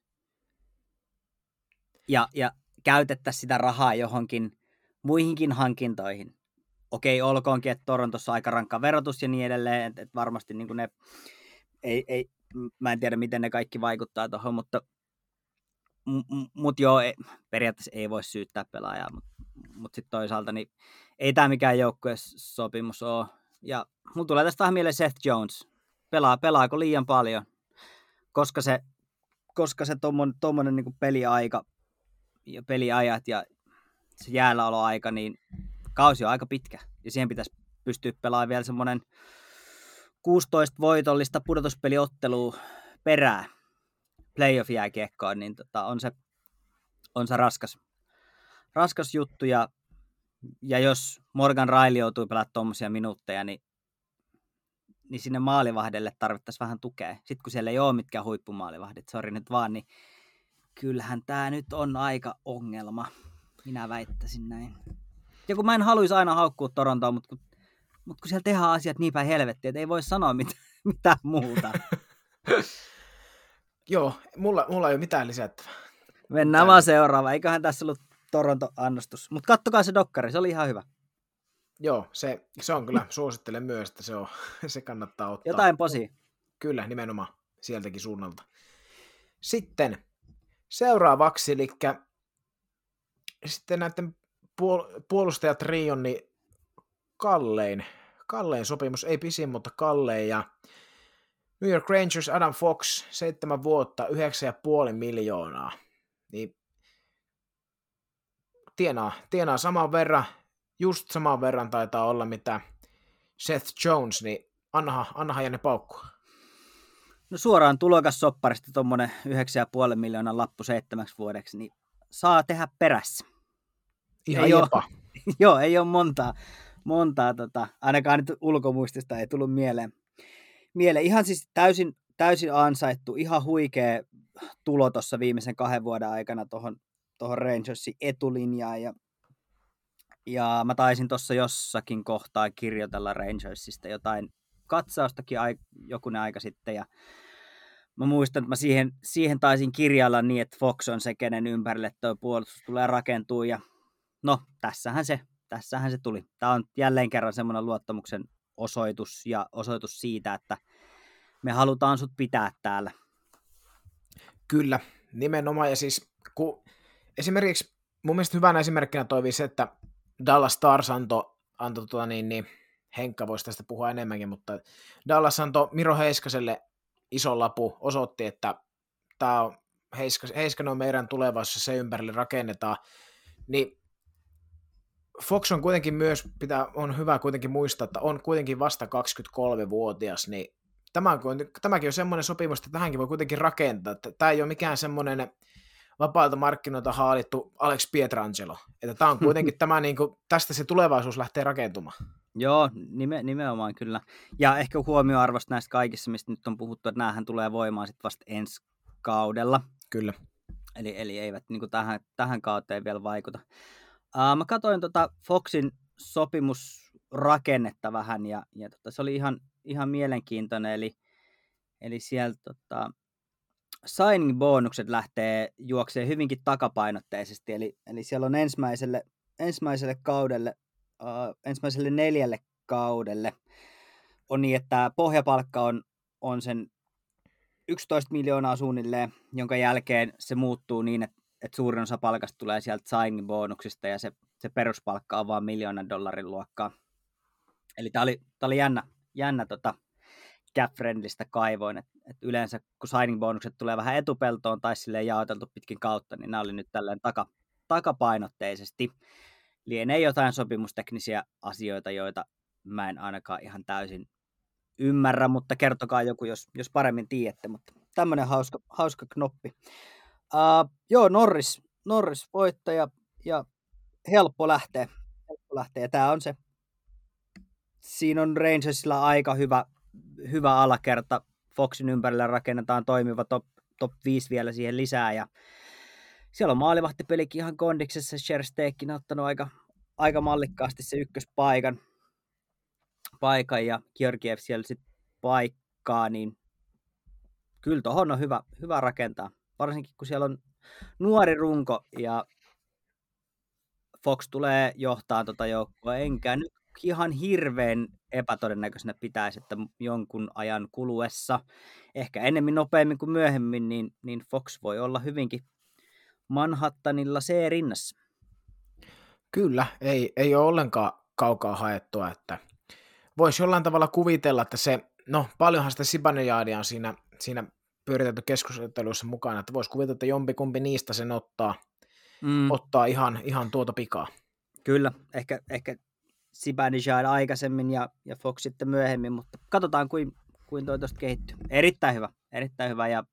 ja, ja käytettäisiin sitä rahaa johonkin muihinkin hankintoihin. Okei, olkoonkin, että Torontossa on aika rankka verotus ja niin edelleen, että, että varmasti niin kuin ne, ei, ei, mä en tiedä miten ne kaikki vaikuttaa tuohon, mutta m- mut joo, ei, periaatteessa ei voi syyttää pelaajaa, mutta mut sitten toisaalta niin ei tämä mikään joukkuesopimus ole. Ja mun tulee tästä vähän mieleen Seth Jones. Pelaa, pelaako liian paljon, koska se, koska se tommonen, tommonen niin kuin peliaika ja peliajat ja se jäälläoloaika, niin kausi on aika pitkä. Ja siihen pitäisi pystyä pelaamaan vielä semmoinen kuusitoista voitollista pudotuspeliottelua perää playoff-jääkiekkoon, niin tota, on, se, on se raskas, raskas juttu. Ja, ja jos Morgan Riley joutuu pelaamaan tuommoisia minuutteja, niin, niin sinne maalivahdelle tarvittaisiin vähän tukea. Sitten kun siellä ei ole mitkään huippumaalivahdit, sori nyt vaan, niin kyllähän tämä nyt on aika ongelma. Minä väittäisin näin. Ja kun mä en haluaisi aina haukkua Torontoa, mutta kun, mutta kun siellä tehdään asiat niin päin helvettiä, että ei voi sanoa mitään, mitään muuta. Joo, mulla, mulla ei ole mitään lisättävää. Mennään Tää... vaan seuraavaan. Eiköhän tässä ollut Toronto-annostus. Mutta kattokaa se dokkari, se oli ihan hyvä. Joo, se, se on kyllä, suosittelen myös, että se, on, se kannattaa ottaa. Jotain posi. Kyllä, nimenomaan sieltäkin suunnalta. Sitten seuraavaksi, eli sitten näiden puol- puolustajatrion, niin kallein, kallein sopimus, ei pisin, mutta kallein, ja New York Rangers Adam Fox, seitsemän vuotta, yhdeksän ja puoli miljoonaa, niin tienaa, tienaa saman verran, just saman verran taitaa olla, mitä Seth Jones, niin annahan, annahan Janne paukkua. No suoraan tulokassopparista tuommoinen yhdeksän ja puoli miljoonan lappu seitsemäksi vuodeksi, niin saa tehdä perässä. Ihan ei jopa. Ole, joo, ei ole montaa, montaa tota, ainakaan nyt ulkomuistista ei tullut mieleen. mieleen. Ihan siis täysin, täysin ansaittu, ihan huikea tulo tuossa viimeisen kahden vuoden aikana tuohon tohon Rangersin etulinjaan. Ja, ja mä taisin tuossa jossakin kohtaa kirjoitella Rangersista jotain katsaustakin ai, jokunen aika sitten. Ja mä muistan, että mä siihen, siihen taisin kirjailla niin, että Fox on se, kenen ympärille tuo puolustus tulee rakentua. Ja no, tässähän se, tässähän se tuli. Tämä on jälleen kerran semmoinen luottamuksen osoitus ja osoitus siitä, että me halutaan sut pitää täällä. Kyllä, nimenomaan. Ja siis kun esimerkiksi mun mielestä hyvänä esimerkkinä toivii se, että Dallas Stars antoi, antoi tuota niin, niin, Henkka voisi tästä puhua enemmänkin, mutta Dallas antoi Miro Heiskaselle ison lapu, osoitti, että tämä on Heiska, Heiskanen on meidän tulevaisuus, se ympärille rakennetaan, niin Fox on kuitenkin myös, pitää, on hyvä kuitenkin muistaa, että on kuitenkin vasta kaksikymmentäkolmevuotias, niin tämä on, tämäkin on semmoinen sopimus, että tähänkin voi kuitenkin rakentaa, että tämä ei ole mikään semmoinen vapaalta markkinoilta haalittu Alex Pietrangelo, että tämä on kuitenkin tämä, niin kuin, tästä se tulevaisuus lähtee rakentumaan. Joo, nime, nimenomaan kyllä. Ja ehkä huomioarvosta näistä kaikissa, mistä nyt on puhuttu, että näähän tulee voimaan sitten vasta ensi kaudella. Kyllä. Eli, eli eivät niin kuin tähän, tähän kauteen vielä vaikuta. Uh, mä katsoin tota Foxin sopimusrakennetta vähän, ja, ja tota, se oli ihan, ihan mielenkiintoinen. Eli, eli sieltä tota, signing-bonukset lähtee juokseen hyvinkin takapainotteisesti. Eli, eli siellä on ensimmäiselle, ensimmäiselle kaudelle, uh, ensimmäiselle neljälle kaudelle on niin, että pohjapalkka on, on sen yksitoista miljoonaa suunnilleen, jonka jälkeen se muuttuu niin, että, että suurin osa palkasta tulee sieltä signing-bonuksista ja se, se peruspalkka on vaan miljoonan dollarin luokkaa. Eli tämä oli, tää oli jännä, jännä tota cap-friendlistä kaivoin, että, että yleensä kun signing-bonukset tulee vähän etupeltoon tai silleen jaoteltu pitkin kautta, niin nämä oli nyt tälleen taka, takapainotteisesti. Lienee jotain sopimusteknisiä asioita, joita mä en ainakaan ihan täysin ymmärrä, mutta kertokaa joku, jos, jos paremmin tiedätte, mutta tämmöinen hauska, hauska knoppi. Uh, joo, Norris, Norris voittaja ja helppo lähteä. Helppo lähteä. Ja tää on se, siinä on Rangersilla aika hyvä, hyvä alakerta. Foxin ympärillä rakennetaan toimiva top, top viisi vielä siihen lisää ja siellä on maalivahtipelikin ihan kondiksessa. Sherstekin on ottanut aika, aika mallikkaasti se ykköspaikan. paikan ja Georgiev siellä sitten paikkaa, niin kyllä tohon on hyvä, hyvä rakentaa. Varsinkin kun siellä on nuori runko ja Fox tulee johtaa tota joukkoa, enkä nyt ihan hirveän epätodennäköisenä pitäisi, että jonkun ajan kuluessa, ehkä enemmän nopeammin kuin myöhemmin, niin, niin Fox voi olla hyvinkin Manhattanilla C-rinnassa. Kyllä, ei, ei ole ollenkaan kaukaa haettua, että voisi jollain tavalla kuvitella, että se, no paljonhan sitä Zibanejadea on siinä, siinä pyöritetty keskusteluissa mukana, että voisi kuvitella, että jompikumpi niistä sen ottaa, mm. ottaa ihan, ihan tuota pikaa. Kyllä, ehkä, ehkä Zibanejad aikaisemmin ja, ja Fox sitten myöhemmin, mutta katsotaan kuin, kuin toi tuosta kehittyy. Erittäin hyvä, erittäin hyvä ja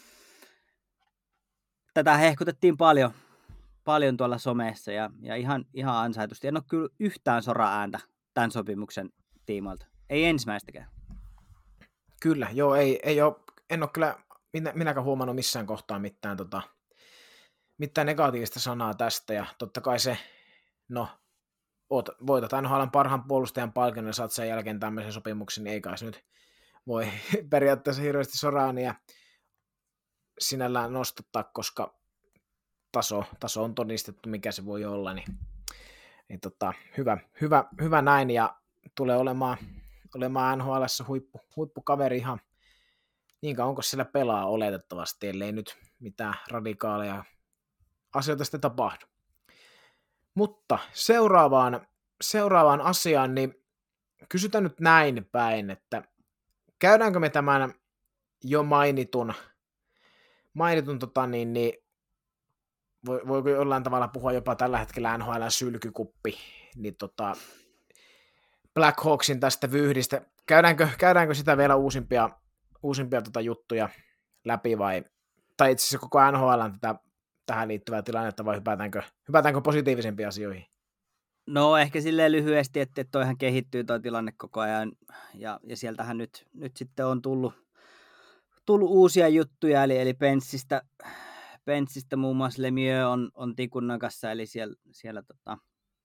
tätä hehkutettiin paljon, paljon tuolla somessa ja, ja ihan, ihan ansaitusti. En ole kyllä yhtään sora-ääntä tämän sopimuksen tiimoilta. Ei ensimmäistäkään. Kyllä, joo, ei, ei ole, en ole kyllä minä, minäkään huomannut missään kohtaa mitään, tota, mitään negatiivista sanaa tästä, ja totta kai se, no, oot, voitat N H L:n parhaan puolustajan palkinnon ja saat sen jälkeen tämmöisen sopimuksen, niin ei kai se nyt voi periaatteessa hirveästi soraania sinällään nostattaa, koska taso, taso on todistettu, mikä se voi olla, niin, niin tota, hyvä, hyvä, hyvä näin, ja tulee olemaan, olemaan N H L:ssä huippu, huippukaveri ihan niin kauan, onko siellä pelaa oletettavasti, ellei nyt mitään radikaaleja asioita sitten tapahdu. Mutta seuraavaan, seuraavaan asiaan, niin kysytään nyt näin päin, että käydäänkö me tämän jo mainitun, mainitun tota niin, niin voiko jollain tavalla puhua jopa tällä hetkellä N H L:n sylkykuppi, niin tota Black Hawksin tästä vyyhdistä. Käydäänkö, käydäänkö sitä vielä uusimpia, uusimpia tota juttuja läpi vai, tai itse asiassa koko N H L:n tätä, tähän liittyvää tilannetta vai hypätäänkö, hypätäänkö positiivisempiin asioihin? No ehkä silleen lyhyesti, että toihan kehittyy toi tilanne koko ajan ja, ja sieltähän nyt, nyt sitten on tullut, tullut uusia juttuja, eli, eli Penssistä, Penssistä muun muassa Lemieux on, on tikunnakassa, eli siellä, siellä tota,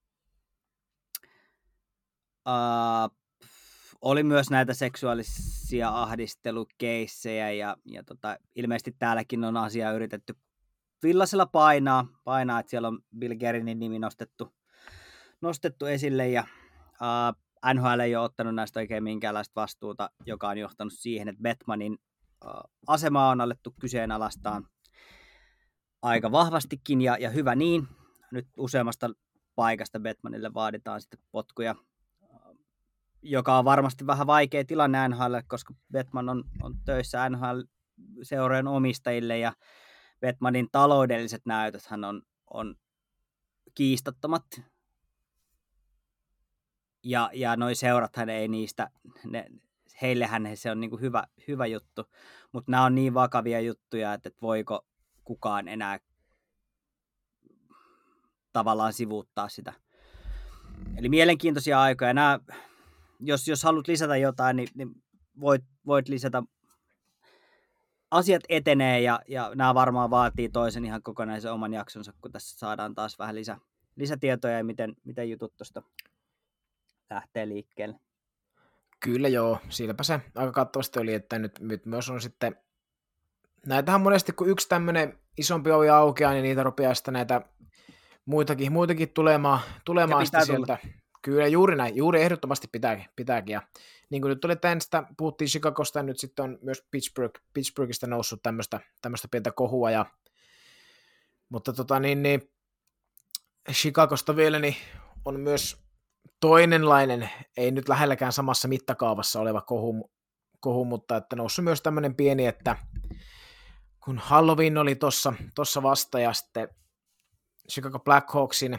Uh, oli myös näitä seksuaalisia ahdistelukeissejä ja, ja tota, ilmeisesti täälläkin on asiaa yritetty villasella painaa, painaa että siellä on Bill Guerinin nimi nostettu, nostettu esille ja uh, N H L ei ole ottanut näistä oikein minkäänlaista vastuuta, joka on johtanut siihen, että Bettmanin uh, asemaa on alettu kyseenalaistaan aika vahvastikin ja, ja hyvä niin. Nyt useammasta paikasta Bettmanille vaaditaan sitten potkuja, joka on varmasti vähän vaikea tilanne N H L, koska Bettman on, on töissä N H L-seurojen omistajille ja Vetmanin taloudelliset näytöthän on, on kiistattomat. Ja, ja noi seurathan ei niistä, ne, heillehän se on niin kuin hyvä, hyvä juttu, mutta nämä on niin vakavia juttuja, että, että voiko kukaan enää tavallaan sivuuttaa sitä. Eli mielenkiintoisia aikoja. Nämä, jos, jos haluat lisätä jotain, niin, niin voit, voit lisätä. Asiat etenee ja, ja nämä varmaan vaatii toisen ihan kokonaisen oman jaksonsa, kun tässä saadaan taas vähän lisä, lisätietoja ja miten, miten jutut tuosta lähtee liikkeelle. Kyllä joo, siinäpä se aika kattavasti oli, että nyt, nyt myös on sitten, näitähän monesti kun yksi tämmöinen isompi ovi aukeaa, niin niitä rupeaa sitten näitä muitakin, muitakin tulemaan, tulemaan sitten sieltä. Kyllä juuri näin, juuri ehdottomasti pitääkin. pitääkin. Ja niin kuin nyt oli tänstä, puhuttiin Chicagosta ja nyt sitten on myös Pittsburgh, Pittsburghista noussut tämmöistä, tämmöistä pientä kohua. Ja, mutta tota niin, niin Chicagosta vielä niin on myös toinenlainen, ei nyt lähelläkään samassa mittakaavassa oleva kohu, kohu mutta että noussut myös tämmöinen pieni, että kun Halloween oli tuossa vasta ja sitten Chicago Blackhawksin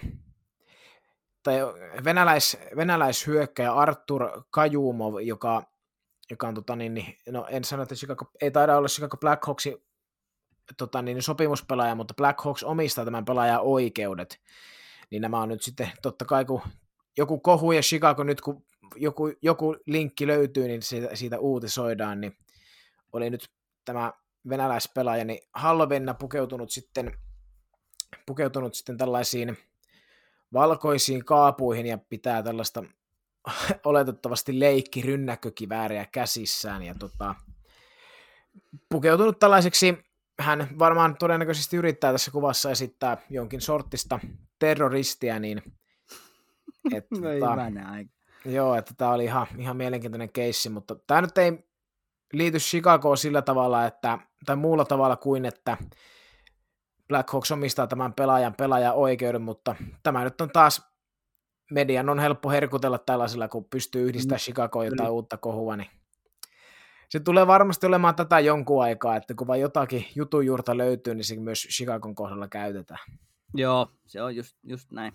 tai venäläis, venäläishyökkäjä Artur Kajumov, joka, joka on, tota niin, no en sano, että Chicago, ei taida olla Chicago Blackhawksin tota niin, sopimuspelaaja, mutta Blackhawks omistaa tämän pelaajan oikeudet, niin nämä on nyt sitten totta kai, kun joku kohu ja Chicago nyt, kun joku, joku linkki löytyy, niin siitä, siitä uutisoidaan, niin oli nyt tämä venäläispelaaja, niin Halloweenna pukeutunut sitten, pukeutunut sitten tällaisiin valkoisiin kaapuihin ja pitää tällaista oletettavasti leikkirynnäkkökivääriä käsissään ja tota, pukeutunut tällaiseksi, hän varmaan todennäköisesti yrittää tässä kuvassa esittää jonkin sortista terroristia, niin että, no tota, joo, että tämä oli ihan, ihan mielenkiintoinen keissi, mutta tämä nyt ei liity Chicagoon sillä tavalla, että, tai muulla tavalla kuin, että Blackhawks omistaa tämän pelaajan pelaajan oikeuden, mutta tämä nyt on taas, median on helppo herkutella tällaisella, kun pystyy yhdistämään mm. Chicagoon jotain mm. uutta kohua, niin se tulee varmasti olemaan tätä jonkun aikaa, että kun vain jotakin jutujuurta löytyy, niin se myös Chicagon kohdalla käytetään. Joo, se on just, just näin.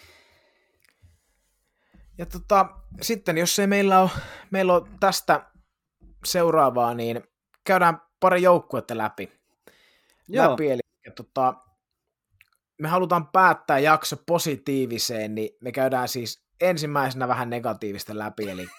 Ja tota, sitten jos ei meillä ole, meillä ole tästä seuraavaa, niin käydään pari joukkuetta läpi. Joo. läpi eli ja tota, me halutaan päättää jakso positiiviseen, niin me käydään siis ensimmäisenä vähän negatiivista läpi, eli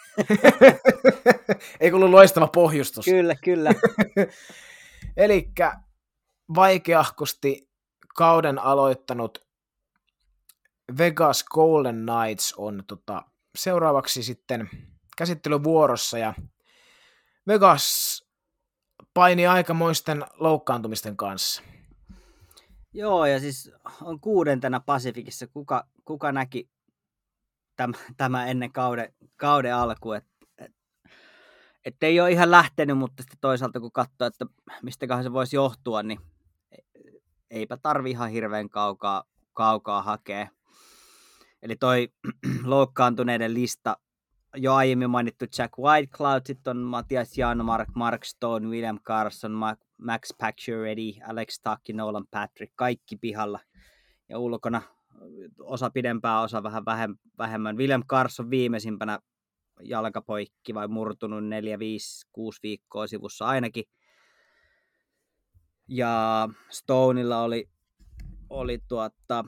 ei ollut loistava pohjustus. Kyllä, kyllä. Elikkä vaikeahkosti kauden aloittanut Vegas Golden Knights on tota, seuraavaksi sitten käsittelyvuorossa, ja Vegas paini aikamoisten loukkaantumisten kanssa. Joo, ja siis on kuudentena Pasifikissa. Kuka, kuka näki tämä, tämä ennen kauden, kauden alku, että et, et ei ole ihan lähtenyt, mutta sitten toisaalta kun katsoo, että mistäköhän se voisi johtua, niin eipä tarvi ihan hirveän kaukaa, kaukaa hakea. Eli toi loukkaantuneiden lista, jo aiemmin mainittu Jack Whitecloud, sitten on Matias Janmark, Mark Stone, William Carson, Max Pacioretty, Alex Tuch ja Nolan Patrick, kaikki pihalla ja ulkona, osa pidempää, osa vähän vähemmän. William Carson viimeisimpänä jalkapoikki vai murtunut neljä, viisi, kuusi viikkoa sivussa ainakin. Ja Stoneilla oli, oli tuota,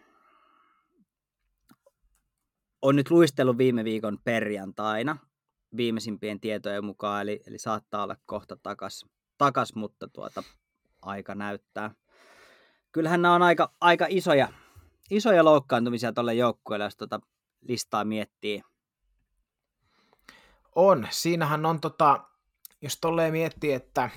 on nyt luistellut viime viikon perjantaina viimeisimpien tietojen mukaan, eli, eli saattaa olla kohta takas, takas mutta tuota, aika näyttää. Kyllähän nämä on aika, aika isoja, isoja loukkaantumisia tuolle joukkueelle, jos tuota listaa miettii. On. Siinähän on, tota, jos tolleen miettii, että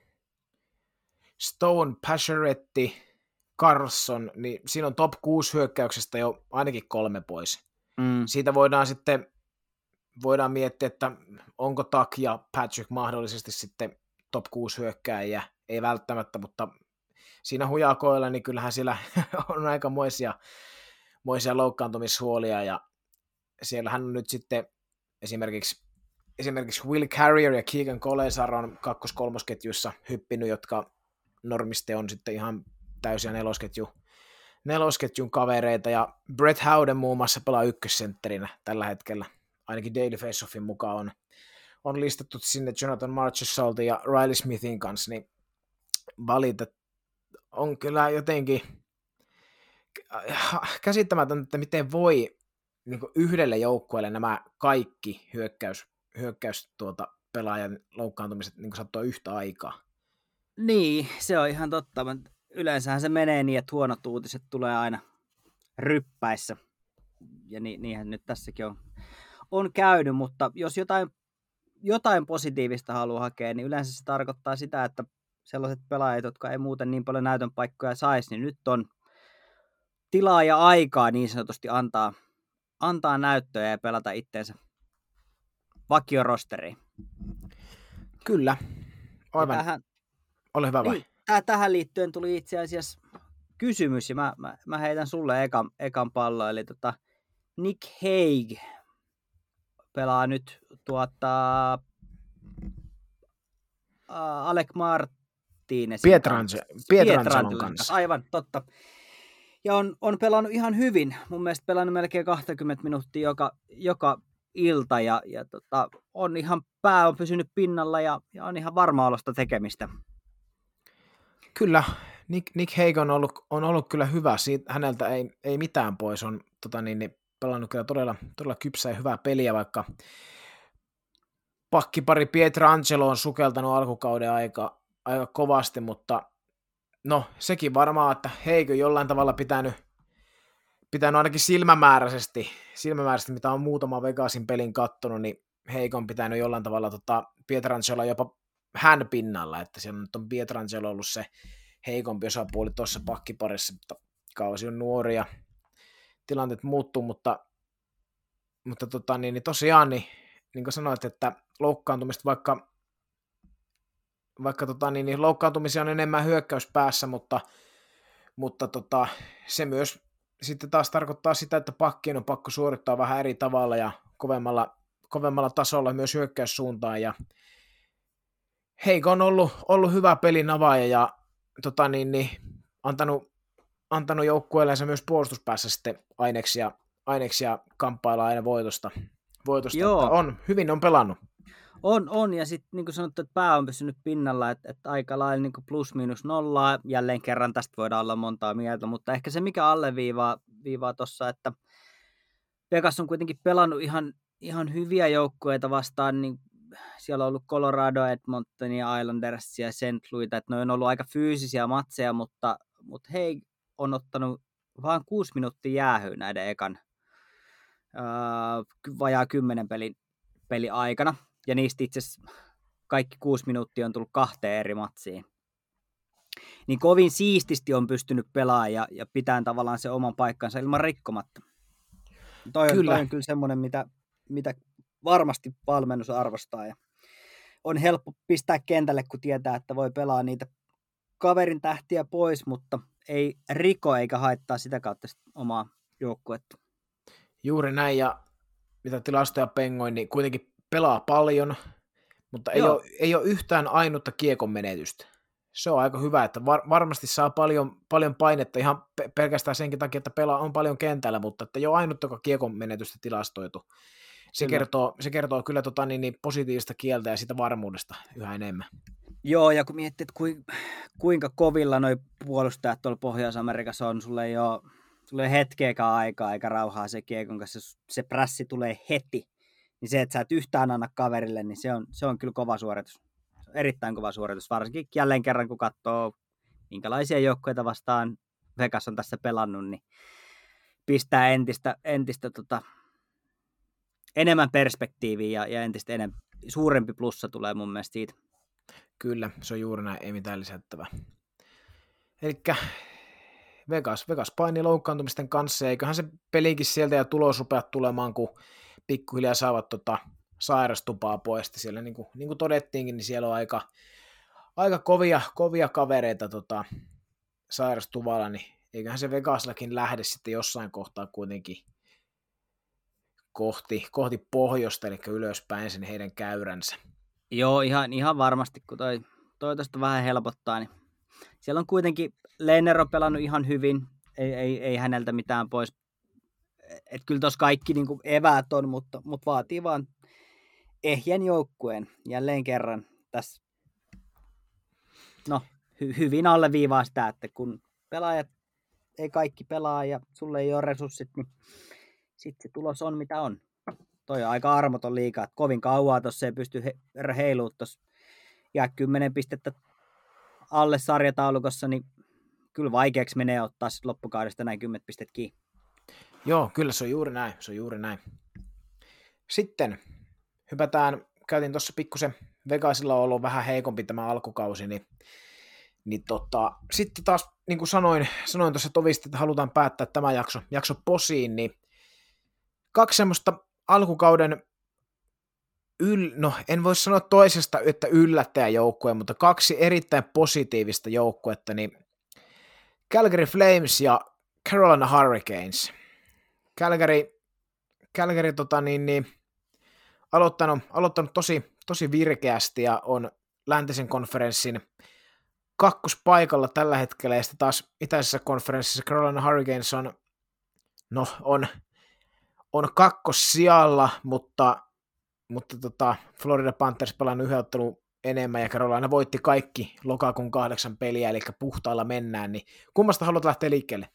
Stone, Pacioretty, Carson, niin siinä on top kuusi hyökkäyksestä jo ainakin kolme pois. Mm. Siitä voidaan sitten voidaan miettiä, että onko Tuch ja Patrick mahdollisesti sitten top kuusi hyökkääjiä, ei välttämättä, mutta siinä hujakoilla, niin kyllähän siellä on aika moisia, moisia loukkaantumishuolia, ja siellähän on nyt sitten esimerkiksi, esimerkiksi Will Carrier ja Keegan Kolesar on kakkos-kolmosketjussa hyppinyt, jotka normiste on sitten ihan täysiä nelosketju, nelosketjun kavereita, ja Brett Howden muun muassa pelaa ykkössentterinä tällä hetkellä, ainakin Daily Faceoffin mukaan on, on listattu sinne Jonathan Marchessaultin ja Riley Smithin kanssa, niin valitet on kyllä jotenkin käsittämätöntä, että miten voi niin kuin yhdelle joukkueelle nämä kaikki hyökkäys, hyökkäys tuota, pelaajan loukkaantumiset niin sattua yhtä aikaa. Niin, se on ihan totta. Yleensähän se menee niin, että huonot uutiset tulee aina ryppäissä. Ja ni, niinhän nyt tässäkin on, on käynyt, mutta jos jotain, jotain positiivista haluaa hakea, niin yleensä se tarkoittaa sitä, että sellaiset pelaajat, jotka ei muuten niin paljon näytön paikkoja saisi, niin nyt on tilaa ja aikaa niin sanotusti antaa, antaa näyttöjä ja pelata itteensä vakiorosteriin. Kyllä, aivan. Tähän, Ole hyvä vai? Niin, tähän liittyen tuli itse asiassa kysymys, ja mä, mä, mä heitän sulle ekan, ekan pallon, eli tota, Nick Hague pelaa nyt tuota, uh, Alec Martinezin Pietrangelo, kanssa. Pietrangelon kanssa. Aivan, totta. Ja on, on pelannut ihan hyvin. Mun mielestä pelannut melkein kaksikymmentä minuuttia joka, joka ilta, ja, ja tota, on ihan pää on pysynyt pinnalla, ja, ja on ihan varma olosta tekemistä. Kyllä, Nick, Nick Hague on ollut, on ollut kyllä hyvä. Siitä, häneltä ei, ei mitään pois. On tota niin, niin, pelannut kyllä todella, todella kypsää ja hyvää peliä, vaikka pakkipari Pietrangelo on sukeltanut alkukauden aika, aika kovasti, mutta no sekin varmaan, että Hague jollain tavalla pitänyt, pitänyt ainakin silmämääräisesti, silmämääräisesti, mitä on muutama Vegasin pelin kattonut, niin Hague on pitänyt jollain tavalla tota, Pietrangelo jopa hän pinnalla, että siellä nyt on Pietrangelo ollut se heikompi osapuoli tuossa pakkiparissa, mutta kausi on nuori ja tilanteet muuttuu, mutta, mutta tota, niin, niin tosiaan, niin, niin kuin sanoit, että loukkaantumista vaikka, vaikka tota, niin, niin loukkaantumisia on enemmän hyökkäyspäässä, mutta, mutta tota, se myös sitten taas tarkoittaa sitä, että pakkien on pakko suorittaa vähän eri tavalla ja kovemmalla, kovemmalla tasolla myös hyökkäyssuuntaan, ja Heiko on ollut, ollut hyvä pelin avaaja ja tota, niin, niin, antanut, antanut joukkueellensa myös puolustuspäässä sitten aineksia, aineksia kamppailla aina voitosta. voitosta että on, hyvin on pelannut. On, on ja sitten niin kuin sanottu, että pää on pysynyt pinnalla, että, että aika lailla niin kuin plus miinus nollaa. Jälleen kerran tästä voidaan olla montaa mieltä, mutta ehkä se mikä alleviivaa viivaa tuossa, että Vegas on kuitenkin pelannut ihan, ihan hyviä joukkueita vastaan, niin siellä on ollut Colorado, Edmontonia, Islandersia ja Saint Louisita, että ne on ollut aika fyysisiä matseja, mutta, mutta hei, on ottanut vain kuusi minuuttia jäähyä näiden ekan ää, vajaa kymmenen pelin, peli aikana, ja niistä itse asiassa kaikki kuusi minuuttia on tullut kahteen eri matsiin. Niin kovin siististi on pystynyt pelaamaan ja, ja pitämään tavallaan se oman paikkansa ilman rikkomatta. Toi on kyllä, toi on kyllä semmoinen, mitä, mitä varmasti valmennus arvostaa, ja on helppo pistää kentälle, kun tietää, että voi pelaa niitä kaverin tähtiä pois, mutta ei riko eikä haittaa sitä kautta omaa joukkuetta. Juuri näin, ja mitä tilastoja pengoin, niin kuitenkin pelaa paljon, mutta ei ole, ei ole yhtään ainutta kiekon menetystä. Se on aika hyvä, että var, varmasti saa paljon, paljon painetta ihan pe- pelkästään senkin takia, että pelaa on paljon kentällä, mutta että ei ole ainuttakaan kiekon menetystä tilastoitu. Se kertoo, se kertoo kyllä tota, niin, niin positiivista kieltä ja sitä varmuudesta yhä enemmän. Joo, ja kun miettii, että kuinka kovilla noi puolustajat tuolla Pohjois-Amerikassa on, sulle ei ole, sulle ei ole hetkeäkään aikaa eikä rauhaa se kiekon kanssa, se prässi tulee heti, niin se, että sä et yhtään anna kaverille, niin se on, se on kyllä kova suoritus. Erittäin kova suoritus, varsinkin jälleen kerran, kun katsoo, minkälaisia joukkoita vastaan Vegas on tässä pelannut, niin pistää entistä, entistä tota, enemmän perspektiiviä ja, ja entistä enemmän, suurempi plussa tulee mun mielestä siitä. Kyllä, se on juuri näin, ei mitään lisättävää. Elikkä Vegas, Vegas paini loukkaantumisten kanssa, eiköhän se pelikin sieltä ja tulos rupea tulemaan, kun pikkuhiljaa saavat tota sairastupaa pois. Siellä, niin kuin, niin kuin todettiinkin, niin siellä on aika, aika kovia, kovia kavereita tota, sairastuvalla, niin eiköhän se Vegaslakin lähde sitten jossain kohtaa kuitenkin kohti, kohti pohjoista, eli ylöspäin sen heidän käyränsä. Joo, ihan, ihan varmasti, kun toi, toi tosta vähän helpottaa, niin siellä on kuitenkin, Lehner on pelannut ihan hyvin, ei, ei, ei häneltä mitään pois. Että kyllä tuossa kaikki niin kuin eväät on, mutta, mutta vaatii vaan ehjän joukkueen jälleen kerran tässä. No, hy, hyvin alleviivaa sitä, että kun pelaajat ei kaikki pelaa ja sulle ei ole resurssit, niin sitten se tulos on mitä on. Toi on aika armoton liiga, että kovin kauaa tuossa ei pysty he, heilumaan tuossa. Ja kymmenen pistettä alle sarjataulukossa, niin kyllä vaikeaksi menee ottaa sitten loppukaudesta näin kymmentä pistet kiinni. Joo, kyllä se on juuri näin, se on juuri näin. Sitten hypätään, käytiin tuossa pikkusen, Vegasilla on ollut vähän heikompi tämä alkukausi, niin, niin tota, sitten taas, niin kuin sanoin, sanoin tuossa tovista, että halutaan päättää tämä jakso, jakso posiin, niin kaksi semmoista alkukauden, yl, no en voi sanoa toisesta, että yllättäjäjoukkue, mutta kaksi erittäin positiivista joukkuetta, niin Calgary Flames ja Carolina Hurricanes. Calgary, Calgary tota niin, niin, aloittanut, aloittanut tosi, tosi virkeästi ja on läntisen konferenssin kakkospaikalla tällä hetkellä, ja sitten taas itäisessä konferenssissa Carolina Hurricanes on, no, on, on kakkossijalla, mutta, mutta tota, Florida Panthers pelannut yhden ottelun enemmän, ja Carolina voitti kaikki lokakuun kahdeksan peliä, eli puhtaalla mennään, niin kummasta haluat lähteä liikkeelle?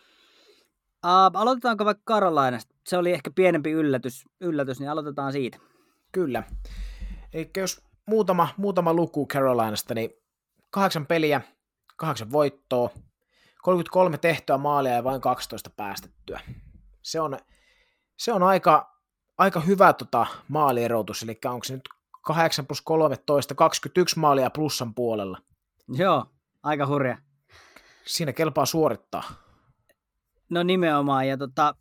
Uh, aloitetaanko vaikka Carolinasta? Se oli ehkä pienempi yllätys, yllätys, niin aloitetaan siitä. Kyllä. Eli jos muutama, muutama luku Carolinasta, niin kahdeksan peliä, kahdeksan voittoa, kolmekymmentäkolme tehtyä maalia ja vain kaksitoista päästettyä. Se on, se on aika, aika hyvä tota, maalierotus, eli onko se nyt kahdeksan plus kolmetoista, kaksikymmentäyksi maalia plussan puolella. Joo, aika hurja. Siinä kelpaa suorittaa. No nimenomaan, ja tota,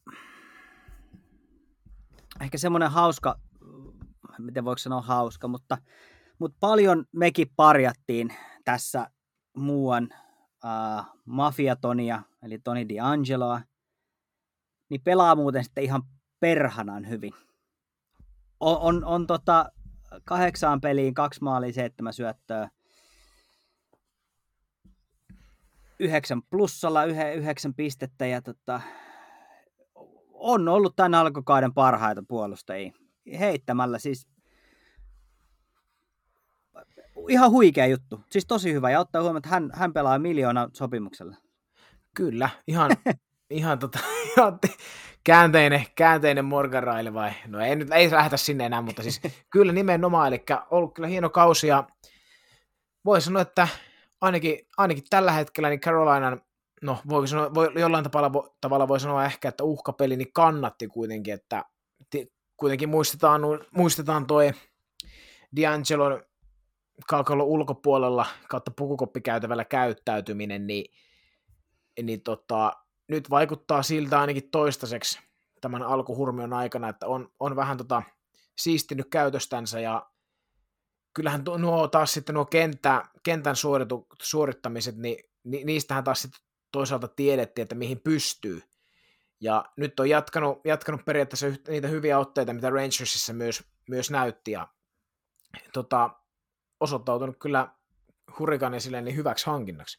ehkä semmoinen hauska, miten voiko sanoa hauska, mutta, mutta paljon mekin parjattiin tässä muuan äh, Mafia-Tonia, eli Tony DeAngeloa, niin pelaa muuten sitten ihan perhanan hyvin. On, on, on tota, kahdeksaan peliin, kaksi maalia, seitsemän syöttöä, yhdeksän plussalla, yhdeksän pistettä, ja tota, on ollut tämän alkukauden parhaita puolustajia. Heittämällä siis ihan huikea juttu. Siis tosi hyvä, ja ottaa huomioon, että hän, hän pelaa miljoona sopimuksella. Kyllä, ihan, ihan, tota, ihan käänteinen, käänteinen Morgan Riley vai? No ei nyt ei lähdetä sinne enää, mutta siis kyllä nimenomaan, eli ollut kyllä hieno kausi, ja voi sanoa, että ainakin, ainakin tällä hetkellä niin Carolinan, no voi sanoa, voi, jollain tavalla, tavalla voi sanoa ehkä, että uhkapeli niin kannatti kuitenkin, että t- kuitenkin muistetaan, muistetaan toi DeAngelon kalkalon ulkopuolella kautta pukukoppikäytävällä käyttäytyminen, niin, niin tota, nyt vaikuttaa siltä ainakin toistaiseksi tämän alkuhurmion aikana, että on, on vähän tota siistinyt käytöstänsä, ja kyllähän nuo taas sitten nuo kenttä, kentän suoritu, suorittamiset, niin ni, niistähän taas sitten toisaalta tiedettiin, että mihin pystyy. Ja nyt on jatkanut, jatkanut periaatteessa niitä hyviä otteita, mitä Rangersissa myös, myös näytti, ja tota, osoittautunut kyllä Hurricanesille niin hyväksi hankinnaksi.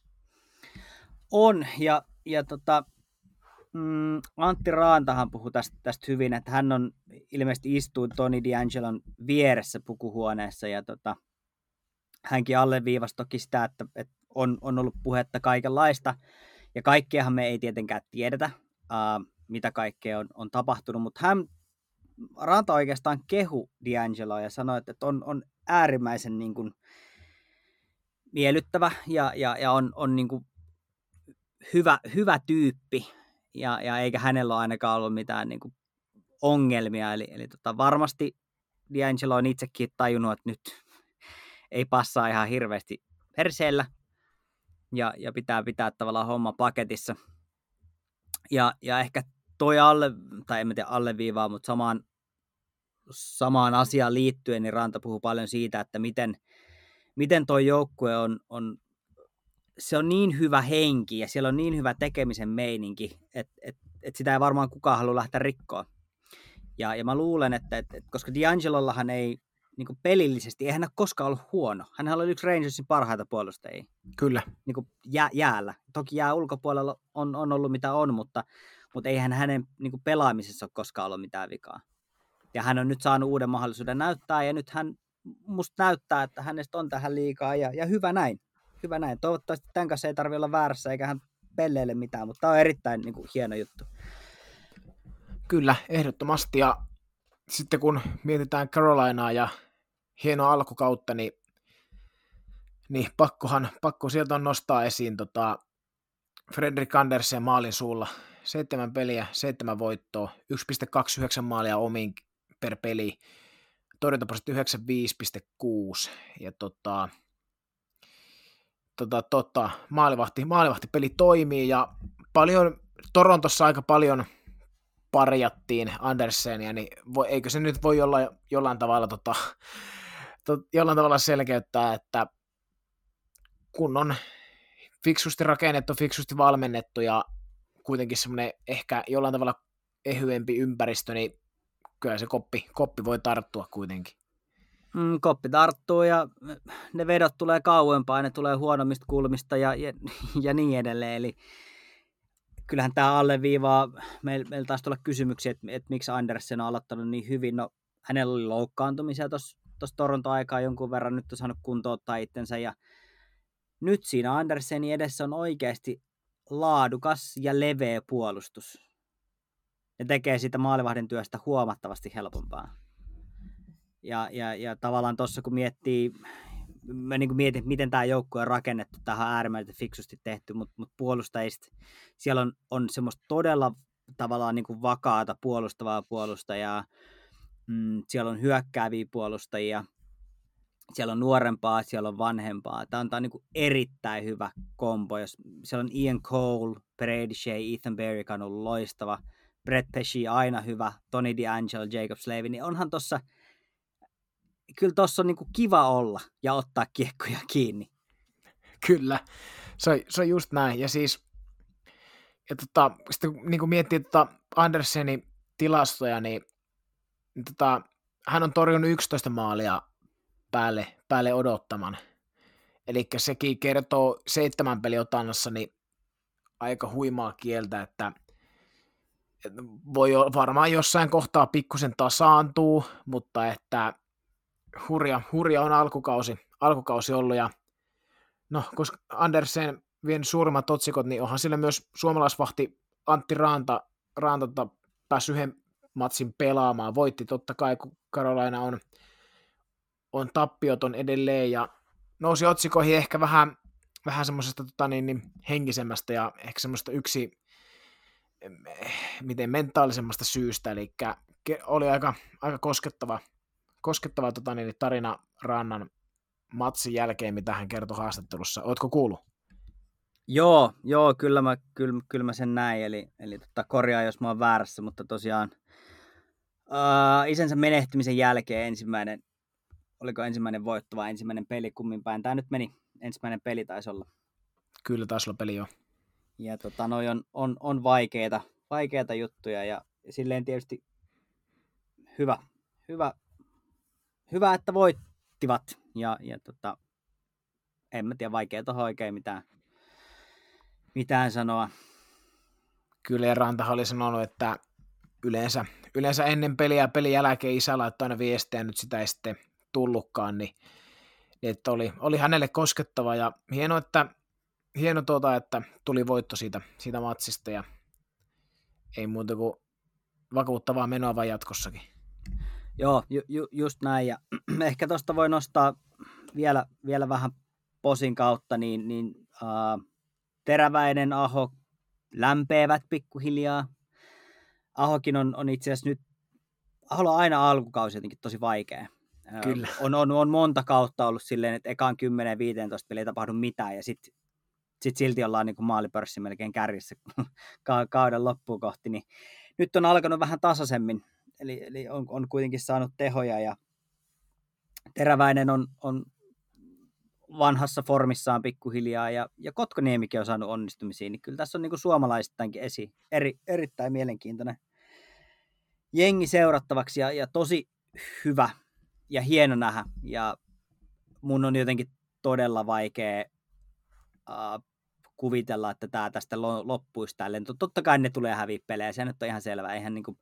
On, ja, ja tota, mm, Antti Raantahan puhui tästä, tästä hyvin, että hän on ilmeisesti istuu Tony DeAngelon vieressä pukuhuoneessa, ja tota, hänkin alleviivasi toki sitä, että, että on, on ollut puhetta kaikenlaista, ja kaikkeahan me ei tietenkään tiedetä, uh, mitä kaikkea on, on tapahtunut, mutta hän, Ranta oikeastaan kehu DeAngeloa ja sanoi, että on, on äärimmäisen niin kuin miellyttävä ja, ja, ja on, on niin kuin hyvä, hyvä tyyppi, ja, ja eikä hänellä ole ainakaan ollut mitään niin kuin ongelmia, eli, eli tota, varmasti DeAngelo on itsekin tajunnut, että nyt ei passaa ihan hirveästi perseellä, ja, ja pitää pitää tavallaan homma paketissa. Ja, ja ehkä toi alle, tai en tiedä alleviivaa, mutta samaan, samaan asiaan liittyen, niin Ranta puhuu paljon siitä, että miten, miten toi joukkue on, on, se on niin hyvä henki, ja siellä on niin hyvä tekemisen meininki, että et, et sitä ei varmaan kukaan halua lähteä rikkoa. Ja, ja mä luulen, että et, et, koska DeAngelollahan ei niin kuin pelillisesti, eihän hän ole koskaan ollut huono. Hänhän oli yksi Rangersin parhaita puolustajia. Kyllä. Niin kuin jää, jäällä. Toki jää ulkopuolella on, on ollut mitä on, mutta, mutta eihän hänen niin kuin pelaamisessa ole koskaan ollut mitään vikaa. Ja hän on nyt saanut uuden mahdollisuuden näyttää, ja nyt hän musta näyttää, että hänestä on tähän liikaa, ja, ja hyvä näin. Hyvä näin. Toivottavasti tämän kanssa ei tarvitse olla väärässä, eikä hän pelleile mitään, mutta tämä on erittäin niin kuin, hieno juttu. Kyllä, ehdottomasti. Ja sitten kun mietitään Carolinaa ja hienoa alkukautta, niin, niin pakkohan, pakko sieltä on nostaa esiin tota Frederik Andersen maalin suulla. Seitsemän peliä, seitsemän voittoa, yksi pilkku kaksikymmentäyhdeksän maalia omiin per peli, torjuntaprosentti yhdeksänkymmentäviisi pilkku kuusi ja tota, tota, tota, maalivahti, maalivahtipeli toimii ja paljon, Torontossa aika paljon parjattiin Andersenia, niin voi, eikö se nyt voi olla jollain tavalla, tota, to, jollain tavalla selkeyttää, että kun on fiksusti rakennettu, fiksusti valmennettu ja kuitenkin semmoinen ehkä jollain tavalla ehyempi ympäristö, niin kyllä se koppi, koppi voi tarttua kuitenkin. Mm, koppi tarttuu ja ne vedot tulee kauempaa, ne tulee huonommista kulmista ja, ja, ja niin edelleen. Eli kyllähän tämä alleviivaa, meillä meil taisi tulla kysymyksiä, että, että miksi Andersen on aloittanut niin hyvin. No, hänellä oli loukkaantumisia tuossa Toronto-aikaa jonkun verran, nyt on saanut kuntouttaa itsensä ja nyt siinä Andersenin edessä on oikeasti laadukas ja leveä puolustus. Ne tekee siitä maalivahdin työstä huomattavasti helpompaa. Ja, ja, ja tavallaan tuossa kun miettii, mä niin kuin mietin, miten tämä joukkue on rakennettu, tähän on äärimmäisen fiksusti tehty, mutta mut puolustajista siellä on, on semmoista todella tavallaan niin kuin vakaata puolustavaa puolustajaa, mm, siellä on hyökkääviä puolustajia, siellä on nuorempaa, siellä on vanhempaa. Tämä on, tämä on niin kuin erittäin hyvä kombo. Jos siellä on Ian Cole, Brady Shea, Ethan Berry on ollut loistava, Brett Pesci aina hyvä, Tony DeAngelo, Jacob Slavin, niin onhan tuossa, kyllä tuossa on niin kuin kiva olla ja ottaa kiekkoja kiinni. Kyllä, se on, se on just näin. Ja siis, ja tota, sitten niin kuin miettii tota Andersenin tilastoja, niin, niin tota, hän on torjunut yksitoista maalia päälle, päälle odottaman. Eli sekin kertoo seitsemän peliotannassa niin aika huimaa kieltä, että, että voi varmaan jossain kohtaa pikkusen tasaantuu, mutta että hurja, hurja on alkukausi, alkukausi ollut. Ja no, koska Andersen vien suurimmat otsikot, niin onhan sillä myös suomalaisvahti Antti Raanta, Raanta päässyt yhden matsin pelaamaan. Voitti totta kai, kun Carolina on on tappioton edelleen ja nousi otsikoihin ehkä vähän, vähän semmoisesta tota niin, niin henkisemmästä ja ehkä semmoista yksi miten mentaalisemmasta syystä, eli oli aika, aika koskettava, koskettava tota niin, tarina Rannan matsin jälkeen, mitä hän kertoi haastattelussa. Ootko kuullut? Joo, joo kyllä, mä, kyllä, kyllä mä sen näin, eli, eli tota, korjaa jos mä oon väärässä, mutta tosiaan uh, isänsä menehtymisen jälkeen ensimmäinen oliko ensimmäinen voitto vai ensimmäinen peli, kummin päin. Tämä nyt meni, ensimmäinen peli taisi olla. Kyllä taisi olla peli, joo. Ja tota, noi on, on, on vaikeita, vaikeita juttuja ja silleen tietysti hyvä, hyvä, hyvä että voittivat. Ja, ja tota, en mä tiedä, vaikea tuohon oikein mitään, mitään sanoa. Kyllä, ja Rantahan oli sanonut, että yleensä, yleensä ennen peliä ja pelin jälkeen isä laittoi aina viestejä, nyt sitä ei sitten tullutkaan, niin, niin että oli, oli hänelle koskettava ja hieno, että, hieno tuota, että tuli voitto siitä, siitä matsista ja ei muuta kuin vakuuttavaa menoa vaan jatkossakin. Joo, ju, ju, just näin ja ehkä tuosta voi nostaa vielä, vielä vähän posin kautta, niin, niin uh, Teräväinen, Aho lämpeävät pikkuhiljaa. Ahokin on, on itse asiassa nyt, Aholla on aina alkukausi jotenkin tosi vaikea. Kyllä. On, on, on monta kautta ollut silleen, että ekaan kymmenen viisitoista peliä ei tapahdu mitään, ja sitten sit silti ollaan niin kuin maalipörssin melkein kärjessä kauden loppuun kohti. Niin nyt on alkanut vähän tasaisemmin, eli, eli on, on kuitenkin saanut tehoja, ja Teräväinen on, on vanhassa formissaan pikkuhiljaa, ja, ja Kotkaniemikin on saanut onnistumisia, niin kyllä tässä on niin kuin suomalaistainkin esi, eri, erittäin mielenkiintoinen jengi seurattavaksi, ja, ja tosi hyvä ja hieno nähdä. Ja mun on jotenkin todella vaikea uh, kuvitella, että tämä tästä loppuisi tälleen. Totta kai ne tulee häviä pelejä, se nyt on ihan selvä. Eihän niinku,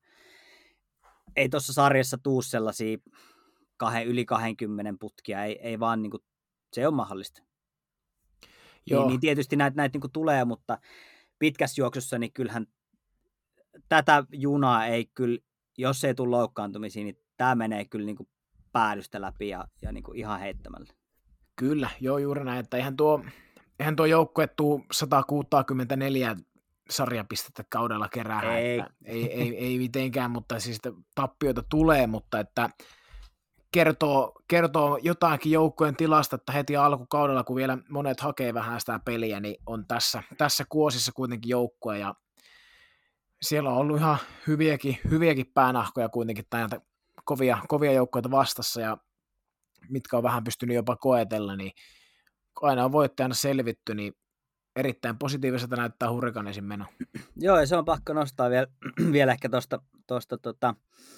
ei tuossa sarjassa tuu sellaisia kahden, yli kaksikymmentä putkia, ei, ei vaan niinku, se on mahdollista. Niin, niin tietysti näitä, näitä niinku tulee, mutta pitkässä juoksussa niin kyllähän tätä junaa ei kyllä, jos ei tule loukkaantumisiin, niin tämä menee kyllä niinku päädystä läpi ja, ja niinku ihan heittämällä. Kyllä, joo juuri näin, että eihän tuo, eihän tuo joukkue tuu sata kuusikymmentäneljä sarjapistettä kaudella kerää, ei. Että ei, ei, ei mitenkään, mutta siis tappioita tulee, mutta että kertoo, kertoo jotakin joukkueen tilasta, että heti alkukaudella, kun vielä monet hakee vähän sitä peliä, niin on tässä, tässä kuosissa kuitenkin joukkue, ja siellä on ollut ihan hyviäkin, hyviäkin päänahkoja kuitenkin näitä kovia, kovia joukkoita vastassa, ja mitkä on vähän pystynyt jopa koetella, niin aina on voittajana selvitty, niin erittäin positiiviselta näyttää Hurricanesin meno. Joo, ja se on pakko nostaa vielä, vielä ehkä tuosta tosta, tota,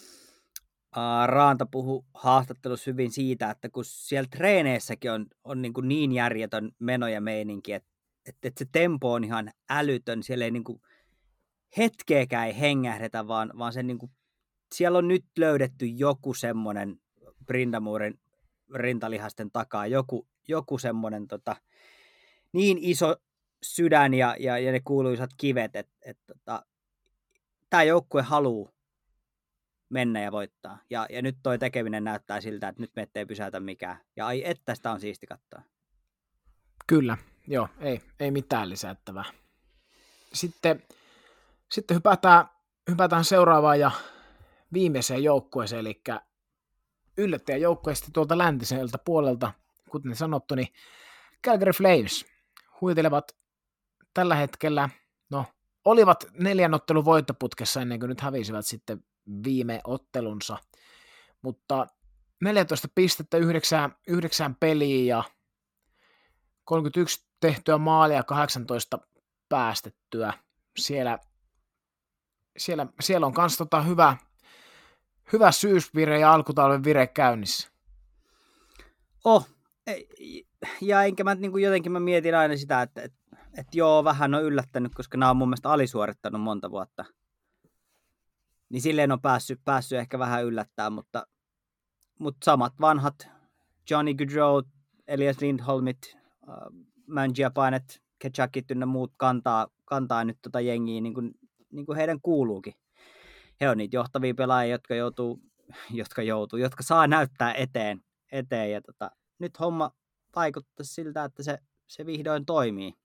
uh, Raanta puhui haastattelussa hyvin siitä, että kun siellä treeneissäkin on, on niin, kuin niin järjetön meno ja meininki, että, että, että se tempo on ihan älytön, siellä ei niin kuin hetkeäkään ei hengähdetä, vaan, vaan se niin kuin, siellä on nyt löydetty joku semmoinen Brindamurin rintalihasten takaa, joku, joku semmoinen tota, niin iso sydän ja, ja, ja ne kuuluisat kivet, että et, tota, tämä joukkue haluaa mennä ja voittaa. Ja, ja nyt toi tekeminen näyttää siltä, että nyt me ettei pysäytä mikään. Ja ai että sitä on siisti katsoa. Kyllä, joo, ei, ei mitään lisättävää. Sitten, sitten hypätään, hypätään seuraavaan ja viimeiseen joukkueeseen, eli yllättäjäjoukkueesta tuolta läntiseltä puolelta, kuten sanottu, niin Calgary Flames huitelevat tällä hetkellä, no olivat neljän ottelun voittoputkessa ennen kuin nyt hävisivät sitten viime ottelunsa, mutta neljätoista pistettä yhdeksään, yhdeksään peliin ja kolmekymmentäyksi tehtyä maalia, kahdeksantoista päästettyä. Siellä, siellä, siellä on myös tota hyvä, hyvä syysvire ja alkutalven vire käynnissä. Oh, ja enkä mä niin kuin jotenkin mä mietin aina sitä, että, että, että joo, vähän on yllättänyt, koska nämä on mun mielestä alisuorittanut monta vuotta. Niin silleen on päässyt, päässyt ehkä vähän yllättää, mutta, mutta samat vanhat Johnny Gaudreau, Elias Lindholmit, äh, Mangiapanet, Ketchakit ynnä muut kantaa, kantaa nyt tota jengiä niin kuin, niin kuin heidän kuuluukin. He on niitä johtavia pelaajia, jotka joutuu, jotka joutuu, jotka saa näyttää eteen, eteen ja tota, nyt homma vaikuttaa siltä, että se, se vihdoin toimii.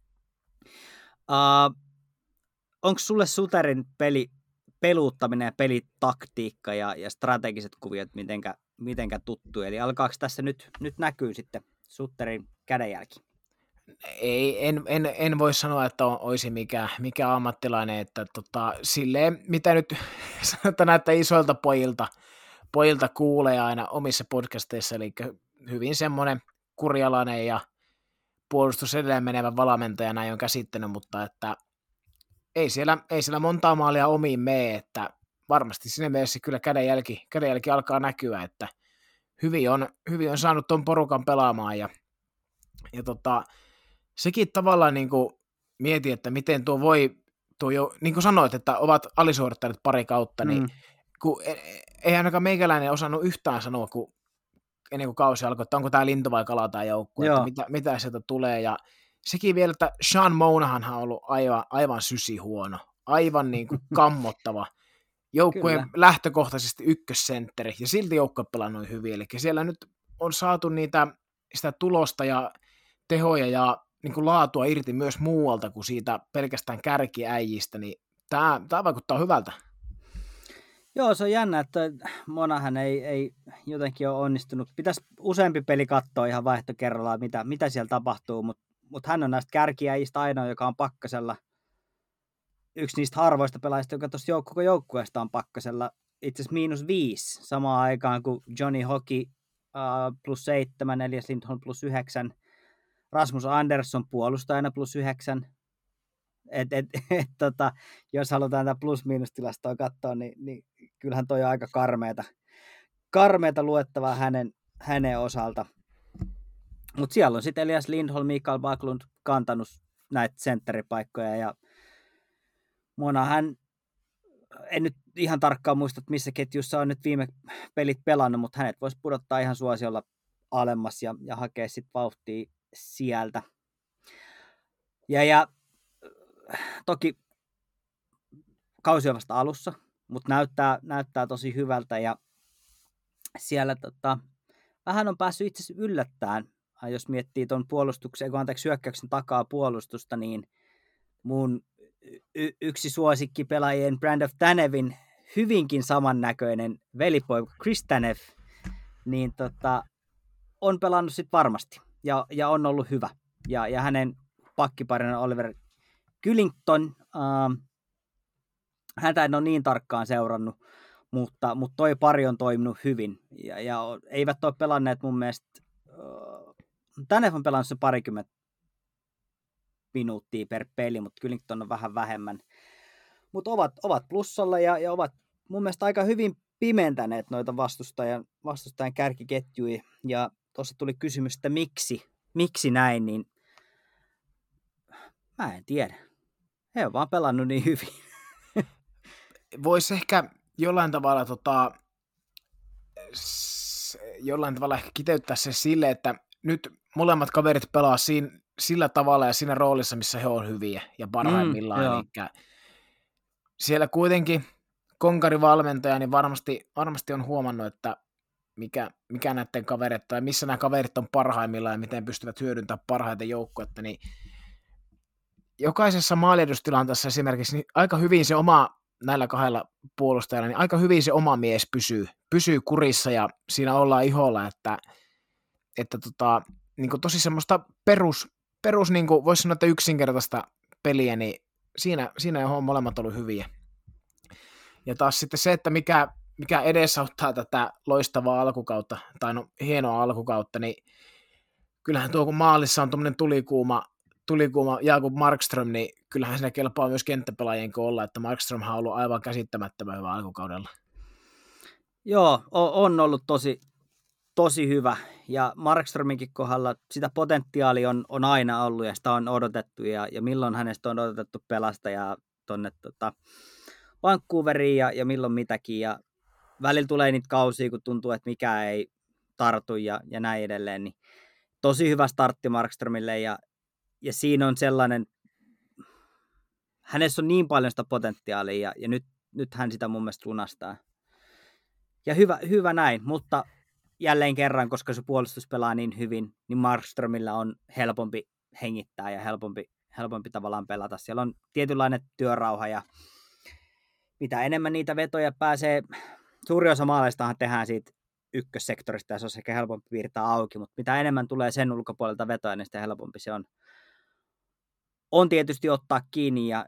Uh, onko sulle Suterin peli, peluuttaminen ja pelitaktiikka ja, ja strategiset kuviot mitenkä, mitenkä tuttu? Eli alkaako tässä nyt, nyt näkyy sitten Suterin kädenjälki? Ei, en, en, en voi sanoa, että on, olisi mikä, mikä ammattilainen, että tota, silleen, mitä nyt sanotaan näitä isoilta pojilta, pojilta kuulee aina omissa podcasteissa, eli hyvin semmoinen kurjalainen ja puolustus edelleen menevä valmentaja näin on käsittänyt, mutta että ei siellä, ei siellä montaa maalia omiin mene, että varmasti sinne mielessä kyllä kädenjälki, kädenjälki alkaa näkyä, että hyvin on, hyvin on saanut tuon porukan pelaamaan ja, ja tota, sekin tavallaan niin kuin mietin, että miten tuo voi, tuo jo, niin kuin sanoit, että ovat alisuorittaneet pari kautta, mm. niin kun, ei ainakaan meikäläinen osannut yhtään sanoa, kun ennen kuin kausi alkoi, että onko tämä lintu vai kala tämä joukkue, että mitä, mitä sieltä tulee, ja sekin vielä, että Sean Monahan on ollut aivan, aivan sysi huono, aivan niin kuin kammottava joukkueen lähtökohtaisesti ykkössentteri, ja silti joukkue pelaa noin hyvin, eli siellä nyt on saatu niitä, sitä tulosta ja tehoja ja niin kuin laatua irti myös muualta kuin siitä pelkästään kärkiäijistä, niin tämä, tämä vaikuttaa hyvältä. Joo, se on jännä, että Monahan ei, ei jotenkin ole onnistunut. Pitäisi useampi peli katsoa ihan vaihto kerrallaan, mitä, mitä siellä tapahtuu, mutta mut hän on näistä kärkiäjistä ainoa, joka on pakkasella. Yksi niistä harvoista pelaajista, joka tuossa jouk- koko joukkueesta on pakkasella. Itse asiassa miinus viisi samaan aikaan kuin Johnny Hockey uh, plus seitsemän, Elias Lindholm plus yhdeksän, Rasmus Andersson puolustajana plus yhdeksän. Et, et, et, tota, jos halutaan tätä plus-miinustilastoa katsoa, niin, niin kyllähän toi on aika karmeeta. karmeita luettavaa hänen, hänen osalta. Mutta siellä on sitten Elias Lindholm, Mikael Backlund kantanut näitä sentteripaikkoja ja Monahan, en nyt ihan tarkkaan muista, että missä ketjussa on nyt viime pelit pelannut, mutta hänet voisi pudottaa ihan suosiolla alemmas ja, ja hakea sitten vauhtia sieltä. Ja, ja toki kausi on vasta alussa, mutta näyttää, näyttää tosi hyvältä ja siellä tota, vähän on päässyt itse asiassa yllättämään. Jos miettii tuon puolustuksen, kun anteeksi hyökkäyksen takaa puolustusta, niin mun y- yksi suosikki pelaajien Brandon Tanevin hyvinkin samannäköinen velipoika Chris Tanev, niin tota, on pelannut sit varmasti ja, ja on ollut hyvä. Ja, ja hänen pakkiparina Oliver Kylington, äh, häntä en ole niin tarkkaan seurannut, mutta, mutta toi pari on toiminut hyvin. Ja, ja eivät ole pelanneet mun mielestä, äh, Tanev on pelannut se parikymmentä minuuttia per peli, mutta Kylington on vähän vähemmän. Mutta ovat, ovat plussalla ja, ja ovat mun mielestä aika hyvin pimentäneet noita vastustajan, vastustajan kärkiketjuja. Ja tuossa tuli kysymys, että miksi, miksi näin, niin mä en tiedä. He on vaan pelannut niin hyvin. Voisi ehkä jollain tavalla, tota, s- jollain tavalla ehkä kiteyttää se sille, että nyt molemmat kaverit pelaa siinä, sillä tavalla ja siinä roolissa, missä he on hyviä ja parhaimmillaan. Mm, Eli siellä kuitenkin konkarivalmentaja niin varmasti, varmasti on huomannut, että mikä, mikä näiden kaverit tai missä nämä kaverit on parhaimmillaan ja miten pystyvät hyödyntämään parhaiten joukkuetta, niin jokaisessa maaliedustilanteessa esimerkiksi niin aika hyvin se oma, näillä kahdella puolustajalla, niin aika hyvin se oma mies pysyy, pysyy kurissa ja siinä ollaan iholla, että, että tota, niin kuin tosi semmoista perus, perus niin kuin voisi sanoa, että yksinkertaista peliä, niin siinä, siinä on molemmat ollut hyviä. Ja taas sitten se, että mikä, mikä edesauttaa tätä loistavaa alkukautta, tai no hienoa alkukautta, niin kyllähän tuo kun maalissa on tuommoinen tulikuuma, tulikuuma Jakub Markström, niin kyllähän siinä kelpaa myös kenttäpelaajien olla, että Markström on ollut aivan käsittämättömän hyvä alkukaudella. Joo, on ollut tosi, tosi hyvä. Ja Markströminkin kohdalla sitä potentiaalia on, on aina ollut ja sitä on odotettu. Ja, ja milloin hänestä on odotettu pelastajaa tuonne tota, Vancouveriin ja, ja milloin mitäkin. Ja välillä tulee niitä kausia, kun tuntuu, että mikään ei tartu ja, ja näin edelleen. Niin tosi hyvä startti Markströmille ja, ja siinä on sellainen, hänessä on niin paljon sitä potentiaalia ja, ja nyt, nyt hän sitä mun mielestä lunastaa. Ja hyvä, hyvä näin, mutta jälleen kerran, koska se puolustus pelaa niin hyvin, niin Markströmillä on helpompi hengittää ja helpompi, helpompi tavallaan pelata. Siellä on tietynlainen työrauha ja mitä enemmän niitä vetoja pääsee, suuri osa maalaistahan tehdään siitä ykkössektorista ja se on ehkä helpompi piirtää auki, mutta mitä enemmän tulee sen ulkopuolelta vetoja, niin sitä helpompi se on. On tietysti ottaa kiinni ja,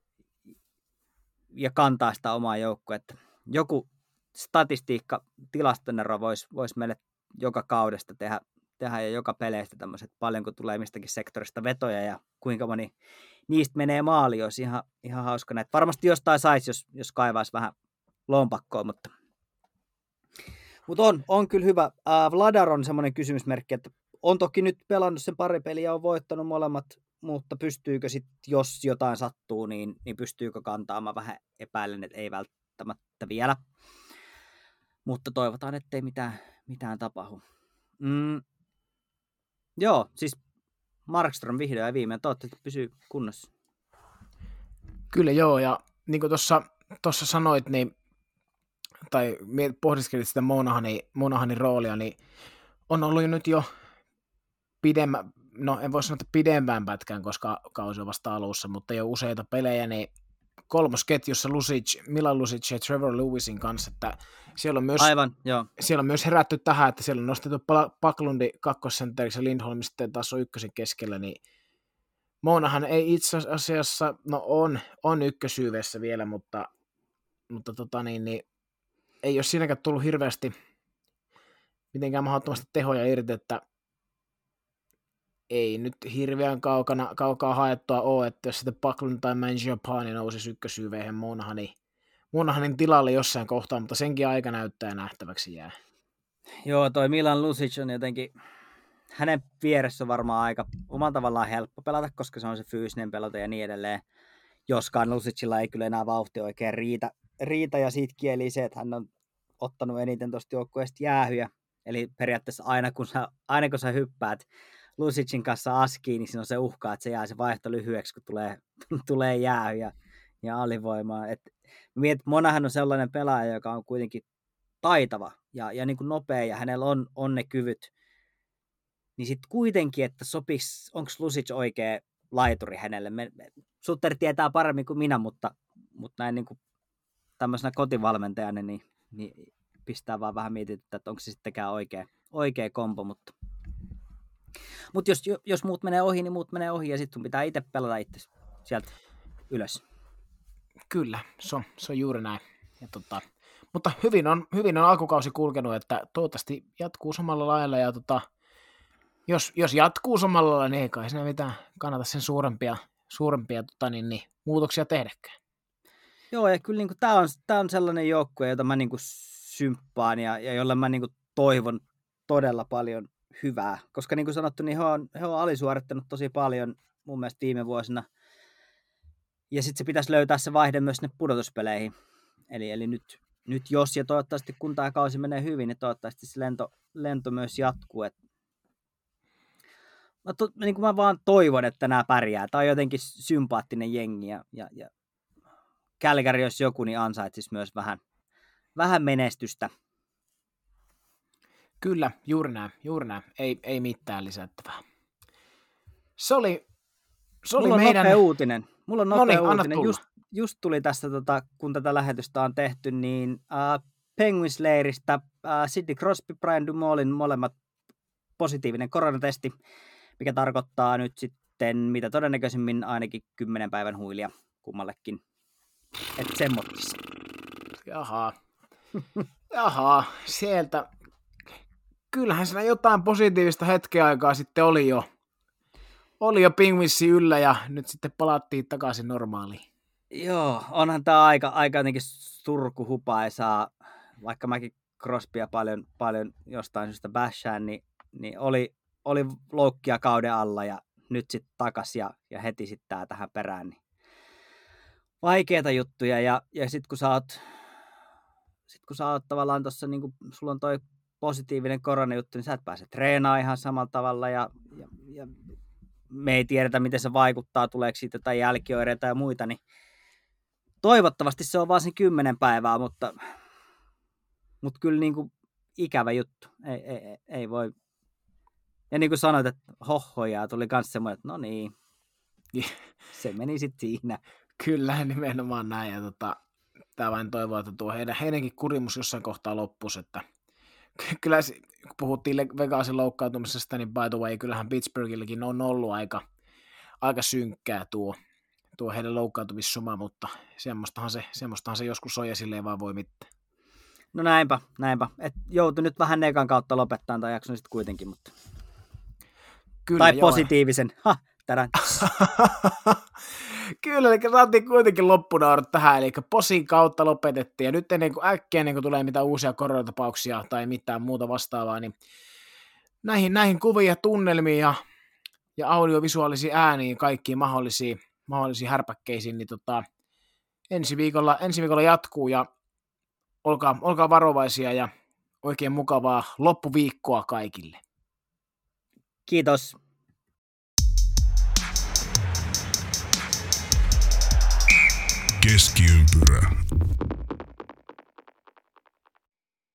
ja kantaa sitä omaa joukkuetta. Joku statistiikka, tilastonero voisi vois meille joka kaudesta tehdä, tehdä ja joka peleistä tämmöiset, paljonko tulee mistäkin sektorista vetoja ja kuinka moni niistä menee maaliin, olisi ihan, ihan hauska näitä. Varmasti jostain saisi, jos, jos kaivaisi vähän lompakkoa, mutta, mutta on, on kyllä hyvä. Äh, Vladar on semmoinen kysymysmerkki, että on toki nyt pelannut sen pari peliä ja on voittanut molemmat, mutta pystyykö sitten, jos jotain sattuu, niin, niin pystyykö kantaa? Mä vähän epäilen, että ei välttämättä vielä. Mutta toivotaan, ettei mitään, mitään tapahdu. Mm. Joo, siis Markström vihdoin ja viimein toivottavasti pysyy kunnossa. Kyllä joo, ja niin kuin tuossa sanoit, niin, tai pohdiskelit sitä Monahanin, Monahanin roolia, niin on ollut jo nyt jo pidemmän, no en voi sanoa, että pidempään pätkään, koska kausi on vasta alussa, mutta jo useita pelejä, niin kolmosketjussa Lucic, Milan Lucic ja Trevor Lewisin kanssa, että siellä on myös, Aivan, joo. Siellä on myös herätty tähän, että siellä on nostettu Backlundi kakkosentteriksi ja Lindholm sitten taas on ykkösen keskellä, niin Monahan ei itse asiassa, no on, on ykkösyyvessä vielä, mutta, mutta tota niin, niin, ei ole siinäkään tullut hirveästi mitenkään mahdottomasti tehoja irti, että ei nyt hirveän kaukana, kaukaa haettua ole, että jos sitten Backlund tai Mangiapane nousisi ykkösyyveihin Monahanin, Monahanin tilalle jossain kohtaa, mutta senkin aika näyttää nähtäväksi jää. Joo, toi Milan Lucic on jotenkin, hänen vieressä on varmaan aika omalla tavallaan helppo pelata, koska se on se fyysinen pelote ja niin edelleen. Joskaan Lucicilla ei kyllä enää vauhti oikein riitä, riitä ja siitä kieli se, että hän on ottanut eniten tuosta joukkueesta jäähyjä. Eli periaatteessa aina kun sä, aina kun sä hyppäät Lucicin kanssa askiin, niin siinä on se uhka, että se jää se vaihto lyhyeksi, kun tulee, tulee jäähyjä ja alivoimaa. Et mietit, Monahan on sellainen pelaaja, joka on kuitenkin taitava ja, ja niin kuin nopea ja hänellä on, on ne kyvyt. Niin sitten kuitenkin, että sopisi, onko Lucic oikea laituri hänelle. Me, me, Sutter tietää paremmin kuin minä, mutta, mutta näin niin kuin tämmöisenä kotivalmentajana niin, niin pistää vaan vähän mietityttää, että onko se sittenkään oikea, oikea kompo. Mutta, mutta jos, jos muut menee ohi, niin muut menee ohi ja sitten sun pitää itse pelata itse sieltä ylös. Kyllä, se on, se on juuri näin. Ja tota, mutta hyvin on, hyvin on alkukausi kulkenut, että toivottavasti jatkuu samalla lailla ja tota, Jos, jos jatkuu samalla lailla, niin ei kai siinä mitään kannata sen suurempia, suurempia tota, niin, niin, muutoksia tehdäkään. Joo, ja kyllä niin tämä on, tää on sellainen joukkue, jota mä niin kuin symppaan ja, ja jolle mä niin kuin toivon todella paljon hyvää. Koska niin kuin sanottu, niin he on, he on alisuorittanut tosi paljon mun mielestä viime vuosina. Ja sitten se pitäisi löytää se vaihde myös sinne pudotuspeleihin. Eli, eli nyt, nyt jos ja toivottavasti kun tämä kausi menee hyvin, niin toivottavasti se lento, lento myös jatkuu. Et Mä, to, niin kuin mä vaan toivon, että nämä pärjää. Tämä on jotenkin sympaattinen jengi ja, ja, ja Calgary, jos joku, niin ansaitsisi myös vähän, vähän menestystä. Kyllä, juuri näin, juuri näin. Ei, ei mitään lisättävää. Se oli, se oli Mulla on meidän... nopea uutinen. Mulla on nopea Noniin, anna uutinen. tulla. Just, just tuli tästä, tota, kun tätä lähetystä on tehty, niin äh, Penguins-leiristä äh, Sidney Crosby, Brian Dumoulin molemmat positiivinen koronatesti, mikä tarkoittaa nyt sitten mitä todennäköisimmin ainakin kymmenen päivän huilia kummallekin. Että semmoittis. Jaha. Jaha, sieltä. Kyllähän siinä jotain positiivista hetkeä aikaa sitten oli jo. Oli jo Penguinsi yllä ja nyt sitten palattiin takaisin normaaliin. Joo, onhan tää aika, aika jotenkin surkuhupaisaa. Vaikka mäkin Crosbya paljon, paljon jostain syystä bashaan, niin, niin oli, oli loukkia kauden alla ja nyt sitten takas ja, ja heti sitten tää tähän perään. Niin vaikeita juttuja ja, ja sitten kun sä oot, sit kun sä oot tavallaan tossa, niin kun sulla on toi positiivinen koronajuttu, niin sä et pääse treenaamaan ihan samalla tavalla ja, ja, ja me ei tiedetä, miten se vaikuttaa, tuleeko siitä jotain jälkioireita ja muita, niin toivottavasti se on vaan sen kymmenen päivää, mutta, mutta kyllä niin kuin ikävä juttu. Ei, ei, ei voi. Ja niin kuin sanoit, että hohojaa tuli myös semmoinen, että no niin, se meni sitten siinä. Kyllä, nimenomaan näin. Ja tota, tämä vain toivoo, että tuo heidän, heidänkin kurimus jossain kohtaa loppuisi. Että kyllä, kun puhuttiin Vegasin loukkaantumisesta, niin by the way, kyllähän Pittsburghillekin on ollut aika, aika synkkää tuo, tuo heidän loukkaantumissuma, mutta semmoistahan se, semmoistahan se joskus on ja silleen vaan voi mitään. No näinpä, näinpä. Et joutui nyt vähän nekan kautta lopettaa tai jakson sitten kuitenkin, mutta Kyllä, tai joo. positiivisen. Ha, tärän. Kyllä, eli saatiin kuitenkin loppunaurat tähän, eli posin kautta lopetettiin, ja nyt ennen kuin äkkiä ennen kuin tulee mitään uusia koronatapauksia tai mitään muuta vastaavaa, niin näihin, näihin kuviin ja tunnelmiin ja, ja audiovisuaalisiin ääniin, kaikkiin mahdollisiin, mahdollisiin härpäkkeisiin, niin tota, ensi, viikolla, ensi viikolla jatkuu, ja olkaa, olkaa varovaisia, ja oikein mukavaa loppuviikkoa kaikille. Kiitos. Keskiympyrä.